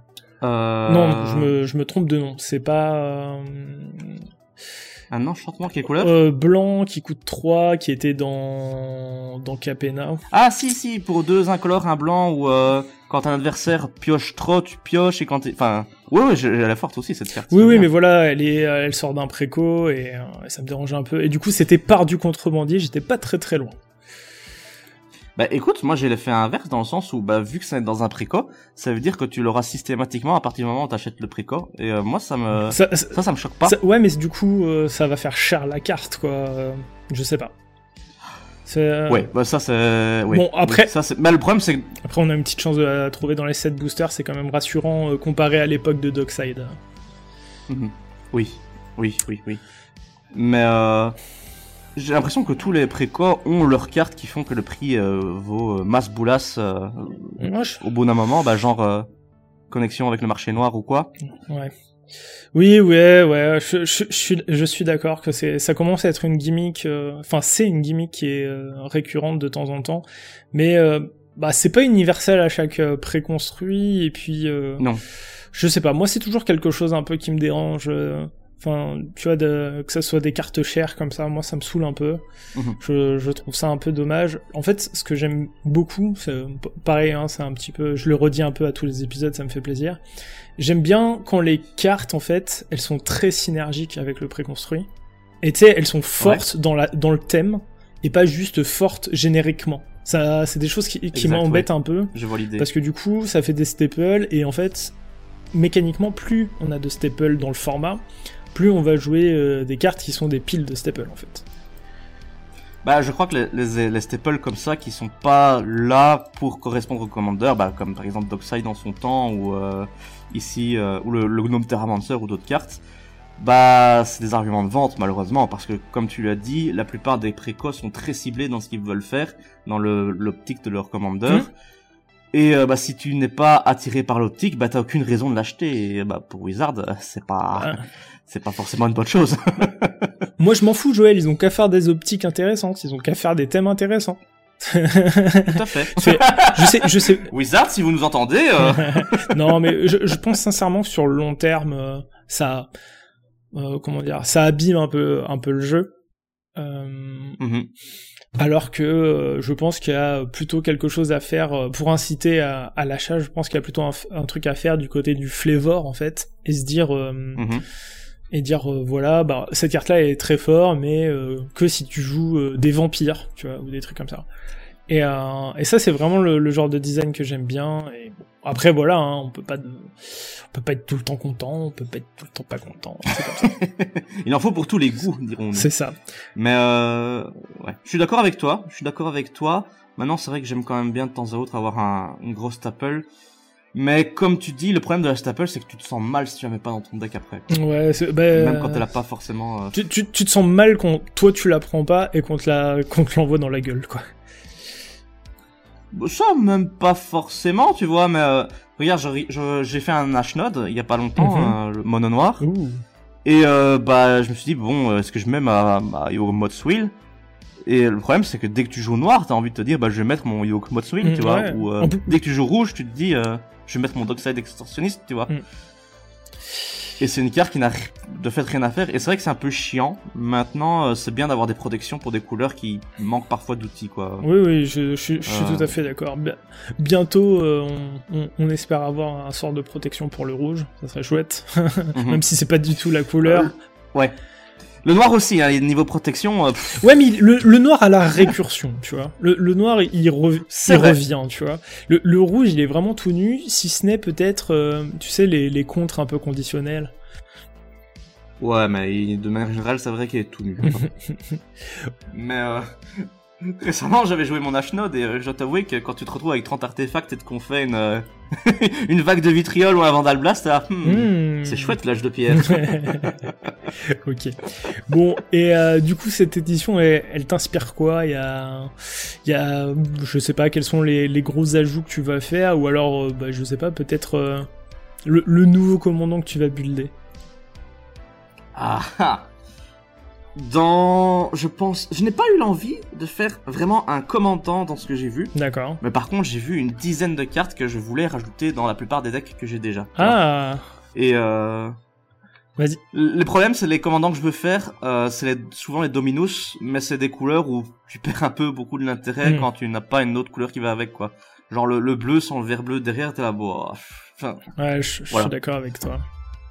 Non, je me trompe de nom. C'est pas... Un enchantement qui est couleur blanc, qui coûte 3, qui était dans Capenna. Ah si, pour 2 incolores, un blanc, où quand un adversaire pioche trop, tu pioches, et quand t'es... Enfin, ouais, elle est forte aussi, cette carte. Oui, mais voilà, elle sort d'un préco, et ça me dérangeait un peu. Et du coup, c'était par du contrebandier, j'étais pas très très loin. Bah écoute, moi j'ai l'effet inverse dans le sens où vu que c'est dans un préco, ça veut dire que tu l'auras systématiquement à partir du moment où t'achètes le préco. Et moi ça me choque pas. Ouais, mais du coup ça va faire cher la carte, quoi. Je sais pas. Ouais, ça c'est. Oui. Bon après. Oui, ça c'est. Mais le problème c'est. Après on a une petite chance de la trouver dans les sets boosters, c'est quand même rassurant comparé à l'époque de Dockside. Oui. Mais j'ai l'impression que tous les précos ont leurs cartes qui font que le prix vaut masse boulasse au bout d'un moment, genre connexion avec le marché noir ou quoi. Ouais. Oui, ouais, je suis d'accord que ça commence à être une gimmick, c'est une gimmick qui est récurrente de temps en temps, mais c'est pas universel à chaque préconstruit, et puis non. Je sais pas, moi c'est toujours quelque chose un peu qui me dérange. Enfin, tu vois, que ça soit des cartes chères comme ça, moi ça me saoule un peu. Je trouve ça un peu dommage. En fait, ce que j'aime beaucoup, c'est pareil, hein, c'est un petit peu, je le redis un peu à tous les épisodes, ça me fait plaisir. J'aime bien quand les cartes, en fait, elles sont très synergiques avec le préconstruit. Et tu sais, elles sont fortes dans le thème, et pas juste fortes génériquement. Ça, c'est des choses qui m'embêtent un peu. Je vois l'idée. Parce que du coup, ça fait des staples, et en fait, mécaniquement, plus on a de staples dans le format, plus on va jouer des cartes qui sont des piles de staples, en fait. Je crois que les staples comme ça, qui sont pas là pour correspondre au commander, comme par exemple Dockside dans son temps, ou ici, ou le Gnome Terramancer ou d'autres cartes, c'est des arguments de vente, malheureusement, parce que, comme tu l'as dit, la plupart des précos sont très ciblés dans ce qu'ils veulent faire, dans l'optique de leur commander. Et si tu n'es pas attiré par l'optique, t'as aucune raison de l'acheter. Et pour Wizard, c'est pas forcément une bonne chose. Moi, je m'en fous, Joël. Ils ont qu'à faire des optiques intéressantes. Ils ont qu'à faire des thèmes intéressants. Tout à fait. Je sais. Wizard, si vous nous entendez. Non, mais je pense sincèrement que sur le long terme, ça abîme un peu le jeu. Alors que je pense qu'il y a plutôt quelque chose à faire pour inciter à l'achat. Je pense qu'il y a plutôt un truc à faire du côté du flavor, en fait, et se dire voilà, cette carte là est très forte, mais que si tu joues des vampires, tu vois, ou des trucs comme ça. Et ça, c'est vraiment le genre de design que j'aime bien. Et bon, après voilà, hein, on peut pas être tout le temps content, on peut pas être tout le temps pas content, c'est comme ça. Il en faut pour tous les goûts, dirons-nous. C'est ça. Mais ouais, je suis d'accord avec toi. Maintenant, c'est vrai que j'aime quand même bien de temps à autre avoir une grosse staple. Mais comme tu dis, le problème de la staple, c'est que tu te sens mal si tu la mets pas dans ton deck après. Ouais, même quand elle a pas forcément. Tu te sens mal quand toi tu la prends pas et qu'on te l'envoie dans la gueule, quoi. Ça, même pas forcément, tu vois, mais regarde, j'ai fait un Ashnod il y a pas longtemps, le mono noir. Et bah je me suis dit bon, est-ce que je mets ma Yoke Mode Swill? Et le problème c'est que dès que tu joues noir, t'as envie de te dire bah je vais mettre mon Yoke Mode Swill, tu vois, ou dès que tu joues rouge, tu te dis je vais mettre mon Dockside Extortionniste, tu vois. Et c'est une carte qui n'a de fait rien à faire, et c'est vrai que c'est un peu chiant. Maintenant, c'est bien d'avoir des protections pour des couleurs qui manquent parfois d'outils, quoi. Oui, je suis tout à fait d'accord. Bientôt, on espère avoir un sort de protection pour le rouge, ça serait chouette, même si c'est pas du tout la couleur. Ouais. Le noir aussi, hein, niveau protection... Ouais, mais le noir a la récursion, tu vois. Le noir, il revient, tu vois. Le rouge, il est vraiment tout nu, si ce n'est peut-être, tu sais, les contres un peu conditionnels. Ouais, mais de manière générale, c'est vrai qu'il est tout nu. Mais récemment, j'avais joué mon Ashnod et je dois t'avouer que quand tu te retrouves avec 30 artefacts et qu'on fait une vague de vitriol ou un Vandal Blast, c'est chouette l'âge de pierre. Ok. Bon, et du coup, cette édition, elle t'inspire quoi? Il y a, je sais pas, quels sont les gros ajouts que tu vas faire, ou alors, je sais pas, peut-être le nouveau commandant que tu vas builder. Je n'ai pas eu l'envie de faire vraiment un commandant dans ce que j'ai vu. D'accord. Mais par contre, j'ai vu une dizaine de cartes que je voulais rajouter dans la plupart des decks que j'ai déjà. Et vas-y. Le problème, c'est les commandants que je veux faire, c'est souvent les Dominus, mais c'est des couleurs où tu perds un peu beaucoup de l'intérêt quand tu n'as pas une autre couleur qui va avec, quoi. Genre le bleu sans le vert bleu derrière, t'es là, bon. Enfin, ouais, je suis d'accord avec toi.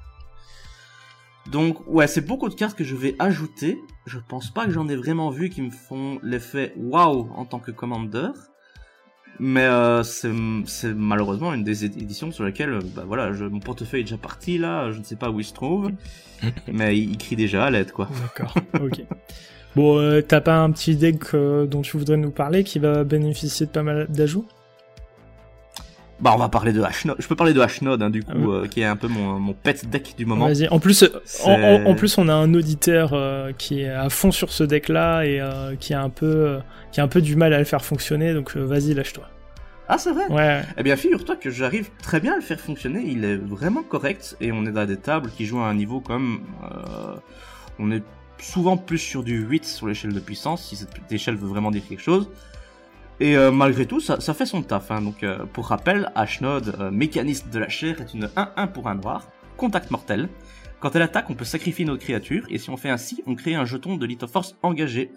Donc, ouais, c'est beaucoup de cartes que je vais ajouter. Je pense pas que j'en ai vraiment vu qui me font l'effet waouh en tant que commander. Mais c'est malheureusement une des éditions sur lesquelles, mon portefeuille est déjà parti là, je ne sais pas où il se trouve. Mais il crie déjà à l'aide, quoi. D'accord, ok. Bon, t'as pas un petit deck dont tu voudrais nous parler qui va bénéficier de pas mal d'ajouts? Bah, on va parler de Ashnod. Je peux parler de Ashnod, hein, du coup, qui est un peu mon pet deck du moment. Vas-y. En plus, on a un auditeur qui est à fond sur ce deck-là et qui a un peu du mal à le faire fonctionner. Donc, vas-y, lâche-toi. Ah, c'est vrai? Ouais. Eh bien, figure-toi que j'arrive très bien à le faire fonctionner. Il est vraiment correct et on est dans des tables qui jouent à un niveau comme on est souvent plus sur du 8 sur l'échelle de puissance, si cette échelle veut vraiment dire quelque chose. Et malgré tout, ça fait son taf. Hein. Donc, pour rappel, Ashnod, mécaniste de la chair, est une 1-1 pour un noir, contact mortel. Quand elle attaque, on peut sacrifier notre créature, et si on fait ainsi, on crée un jeton de Lithoforce engagé.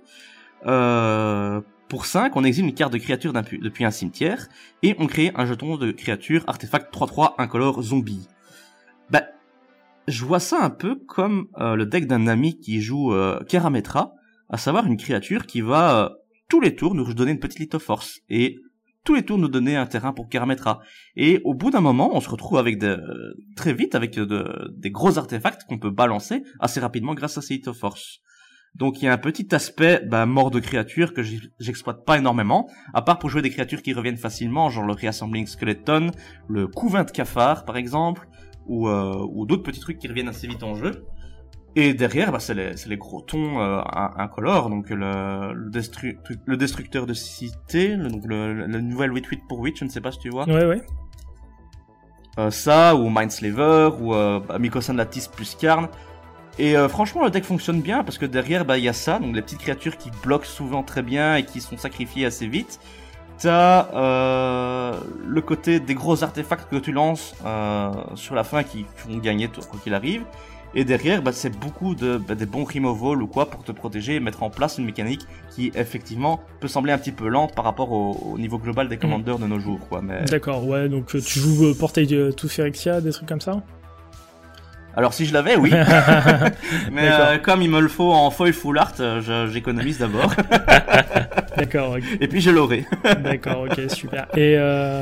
Pour 5, on exile une carte de créature depuis un cimetière, et on crée un jeton de créature artefact 3-3 incolore zombie. Bah, je vois ça un peu comme le deck d'un ami qui joue Kerametra, à savoir une créature qui va... tous les tours nous donner une petite Lithoforce et tous les tours nous donner un terrain pour Kerametra. Et au bout d'un moment, on se retrouve avec très vite avec des gros artefacts qu'on peut balancer assez rapidement grâce à ces Lithoforces. Donc il y a un petit aspect mort de créatures que j'exploite pas énormément, à part pour jouer des créatures qui reviennent facilement, genre le Reassembling Skeleton, le Couvain de Cafard par exemple, ou d'autres petits trucs qui reviennent assez vite en jeu. Et derrière, c'est les gros tons incolores, donc le destructeur de cité, le nouvel 8-8 pour 8, je ne sais pas si tu vois. Ouais. Ça, ou Mindslaver, ou Mykosan Lattice plus Karn. Et franchement, le deck fonctionne bien, parce que derrière, il y a ça, donc les petites créatures qui bloquent souvent très bien et qui sont sacrifiées assez vite. T'as le côté des gros artefacts que tu lances sur la fin qui font gagner quoi qu'il arrive. Et derrière, c'est beaucoup des bons removal ou quoi pour te protéger et mettre en place une mécanique qui, effectivement, peut sembler un petit peu lente par rapport au niveau global des commandeurs de nos jours, quoi. Mais... D'accord, ouais, donc tu joues Portail to Phyrexia, des trucs comme ça? Alors, si je l'avais, oui. Mais comme il me le faut en foil full art, j'économise d'abord. D'accord, ok. Et puis je l'aurai. D'accord, ok, super. Et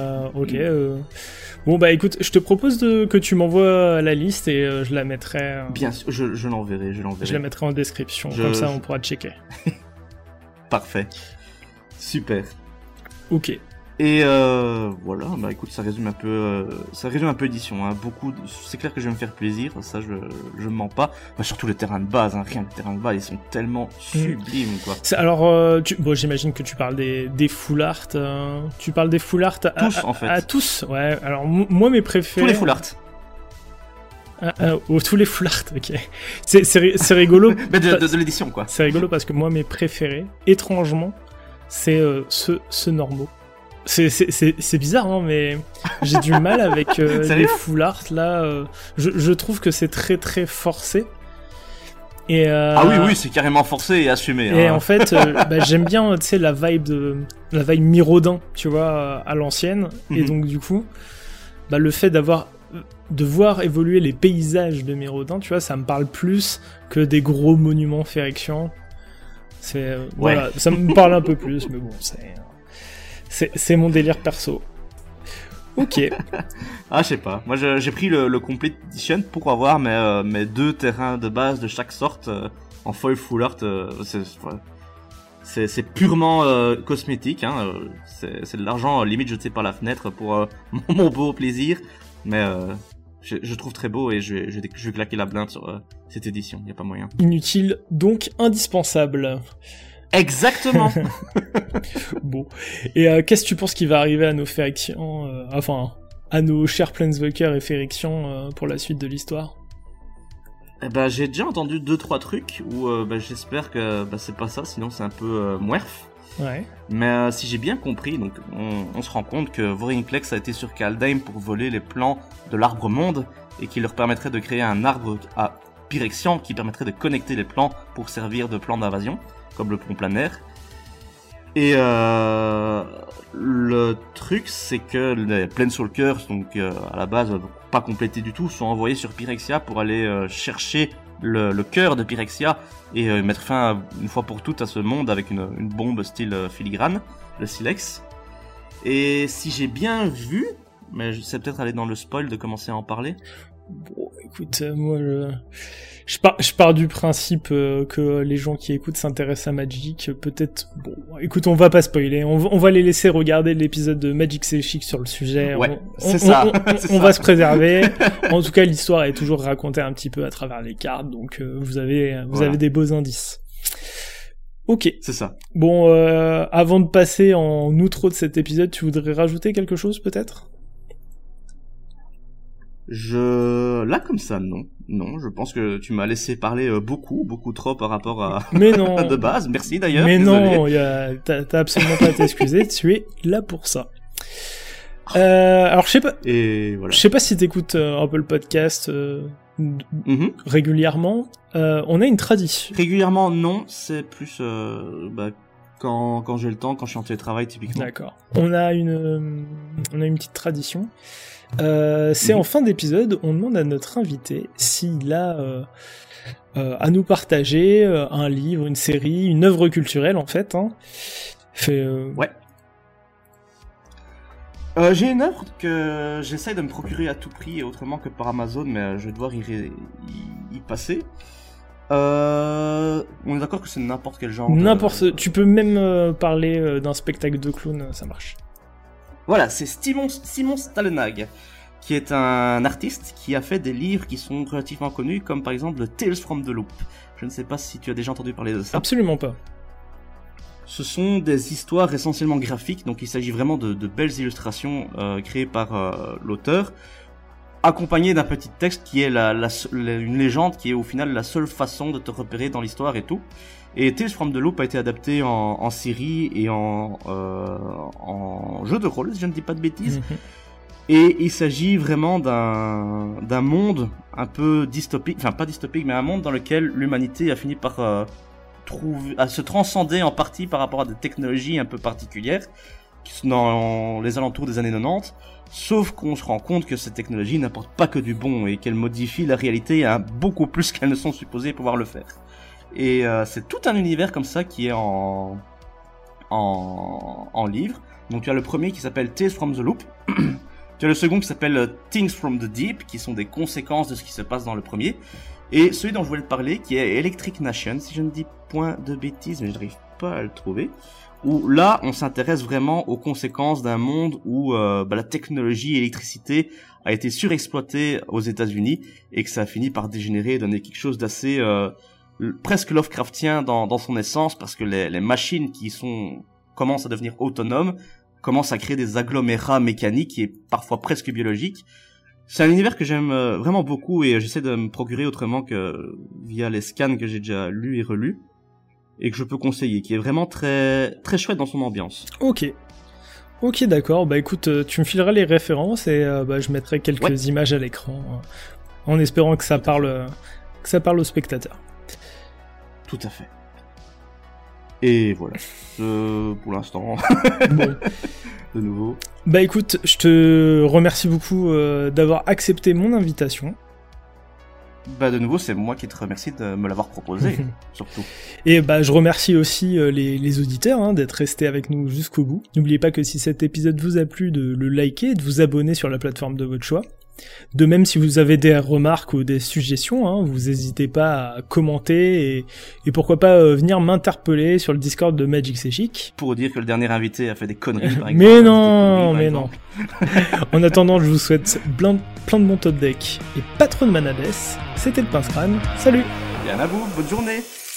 bon, écoute, je te propose que tu m'envoies la liste et je la mettrai... Bien sûr, je l'enverrai. Je la mettrai en description, comme ça on pourra checker. Parfait. Super. Ok. Et voilà, écoute, ça résume un peu l'édition. Hein. C'est clair que je vais me faire plaisir, ça je mens pas. Surtout les terrains de base, hein. Rien que les terrains de base, ils sont tellement sublimes, quoi. Alors, j'imagine que tu parles des full art. Tu parles des full art tous, en fait. À tous, ouais. Alors moi mes préférés. Tous les full art. Tous les foulards, ok. C'est rigolo. Mais de l'édition, quoi. C'est rigolo parce que moi, mes préférés, étrangement, c'est ceux normaux. C'est bizarre, hein, mais j'ai du mal avec les foulards, là. Je trouve que c'est très, très forcé. Et, ah oui, c'est carrément forcé et assumé. Et hein. en fait, j'aime bien, tu sais, la vibe Miraudin, tu vois, à l'ancienne. Et donc, du coup, le fait de voir évoluer les paysages de Miraudin, tu vois, ça me parle plus que des gros monuments férexians. Voilà, ça me parle un peu plus, mais bon, c'est mon délire perso. Ok. Ah, je sais pas. Moi, j'ai pris le Complete Edition pour avoir mes 2 terrains de base de chaque sorte en foil full art. C'est purement cosmétique. Hein. C'est de l'argent limite jeté par la fenêtre pour mon beau plaisir. Mais je trouve très beau et je vais claquer la blinde sur cette édition. Y a pas moyen. Inutile, donc indispensable. Exactement. Bon. Et qu'est-ce que tu penses qui va arriver à nos Phyrexians, à nos chers Planeswalkers et Phyrexians pour la suite de l'histoire? J'ai déjà entendu 2-3 trucs où j'espère que c'est pas ça, sinon c'est un peu mouerf. Ouais. Mais si j'ai bien compris, donc on se rend compte que Vorinclex a été sur Kaldheim pour voler les plans de l'arbre monde et qui leur permettrait de créer un arbre à Phyrexian qui permettrait de connecter les plans pour servir de plan d'invasion, comme le pont planaire. Et le truc, c'est que les Planeswalkers, donc à la base pas complétés du tout, sont envoyés sur Phyrexia pour aller chercher le cœur de Phyrexia et mettre fin une fois pour toutes à ce monde avec une bombe style filigrane, le Silex. Et si j'ai bien vu, mais je sais peut-être aller dans le spoil de commencer à en parler. Bon, écoute, moi je pars du principe que les gens qui écoutent s'intéressent à Magic, peut-être. Bon, écoute, on va pas spoiler, on va les laisser regarder l'épisode de Magic C'est Chic sur le sujet. Ouais, c'est ça. On va se préserver. En tout cas, l'histoire est toujours racontée un petit peu à travers les cartes, donc vous avez des beaux indices. Ok. C'est ça. Bon, avant de passer en outro de cet épisode, tu voudrais rajouter quelque chose peut-être ? Là comme ça, non, je pense que tu m'as laissé parler beaucoup trop par rapport à mais non. de base. Merci d'ailleurs. Mais désolé. non, t'as absolument pas à t'excuser. Tu es là pour ça. Alors je sais pas. Et voilà. Je sais pas si t'écoutes un peu le podcast régulièrement. On a une tradition. Régulièrement, non. C'est plus quand j'ai le temps, quand je suis en télétravail typiquement. D'accord. On a une petite tradition. C'est en fin d'épisode, on demande à notre invité s'il a à nous partager un livre, une série, une œuvre culturelle en fait. Hein. Ouais. J'ai une œuvre que j'essaye de me procurer à tout prix et autrement que par Amazon, mais je vais devoir y passer. On est d'accord que c'est n'importe quel genre. Tu peux même parler d'un spectacle de clown, ça marche. Voilà, c'est Simon Stallenhag, qui est un artiste qui a fait des livres qui sont relativement connus, comme par exemple Tales from the Loop. Je ne sais pas si tu as déjà entendu parler de ça. Absolument pas. Ce sont des histoires essentiellement graphiques, donc il s'agit vraiment de belles illustrations créées par l'auteur, accompagnées d'un petit texte qui est une légende qui est au final la seule façon de te repérer dans l'histoire et tout. Et Tales from the Loop a été adapté en série et en jeu de rôle, si je ne dis pas de bêtises. Et il s'agit vraiment d'un monde un peu dystopique, enfin pas dystopique, mais un monde dans lequel l'humanité a fini par à se transcender en partie par rapport à des technologies un peu particulières qui sont dans les alentours des années 90. Sauf qu'on se rend compte que ces technologies n'apportent pas que du bon et qu'elles modifient la réalité à beaucoup plus qu'elles ne sont supposées pouvoir le faire. Et c'est tout un univers comme ça qui est en livre. Donc tu as le premier qui s'appelle Tales from the Loop. Tu as le second qui s'appelle Things from the Deep, qui sont des conséquences de ce qui se passe dans le premier. Et celui dont je voulais te parler, qui est Electric Nation, si je ne dis point de bêtises, mais je n'arrive pas à le trouver. Où là, on s'intéresse vraiment aux conséquences d'un monde où la technologie et l'électricité a été surexploitée aux États-Unis et que ça a fini par dégénérer et donner quelque chose d'assez presque Lovecraftien dans son essence, parce que les machines qui commencent à devenir autonomes, commencent à créer des agglomérats mécaniques et parfois presque biologiques, C'est un univers que j'aime vraiment beaucoup et j'essaie de me procurer autrement que via les scans que j'ai déjà lus et relus et que je peux conseiller, qui est vraiment très très chouette dans son ambiance. Ok, d'accord. Bah écoute, tu me fileras les références et je mettrai quelques images à l'écran, en espérant que ça parle aux spectateurs. Tout à fait. Et voilà. Pour l'instant. Bon. De nouveau. Bah écoute, je te remercie beaucoup d'avoir accepté mon invitation. Bah de nouveau, c'est moi qui te remercie de me l'avoir proposé, surtout. Et bah je remercie aussi les auditeurs d'être restés avec nous jusqu'au bout. N'oubliez pas que si cet épisode vous a plu, de le liker et de vous abonner sur la plateforme de votre choix. De même, si vous avez des remarques ou des suggestions, vous n'hésitez pas à commenter et pourquoi pas venir m'interpeller sur le Discord de Magic C'est Chic. Pour dire que le dernier invité a fait des conneries, par exemple. Mais non. En attendant, je vous souhaite plein de bons top decks et pas trop de manades. C'était le Pince Crâne. Salut. Bien à vous, bonne journée.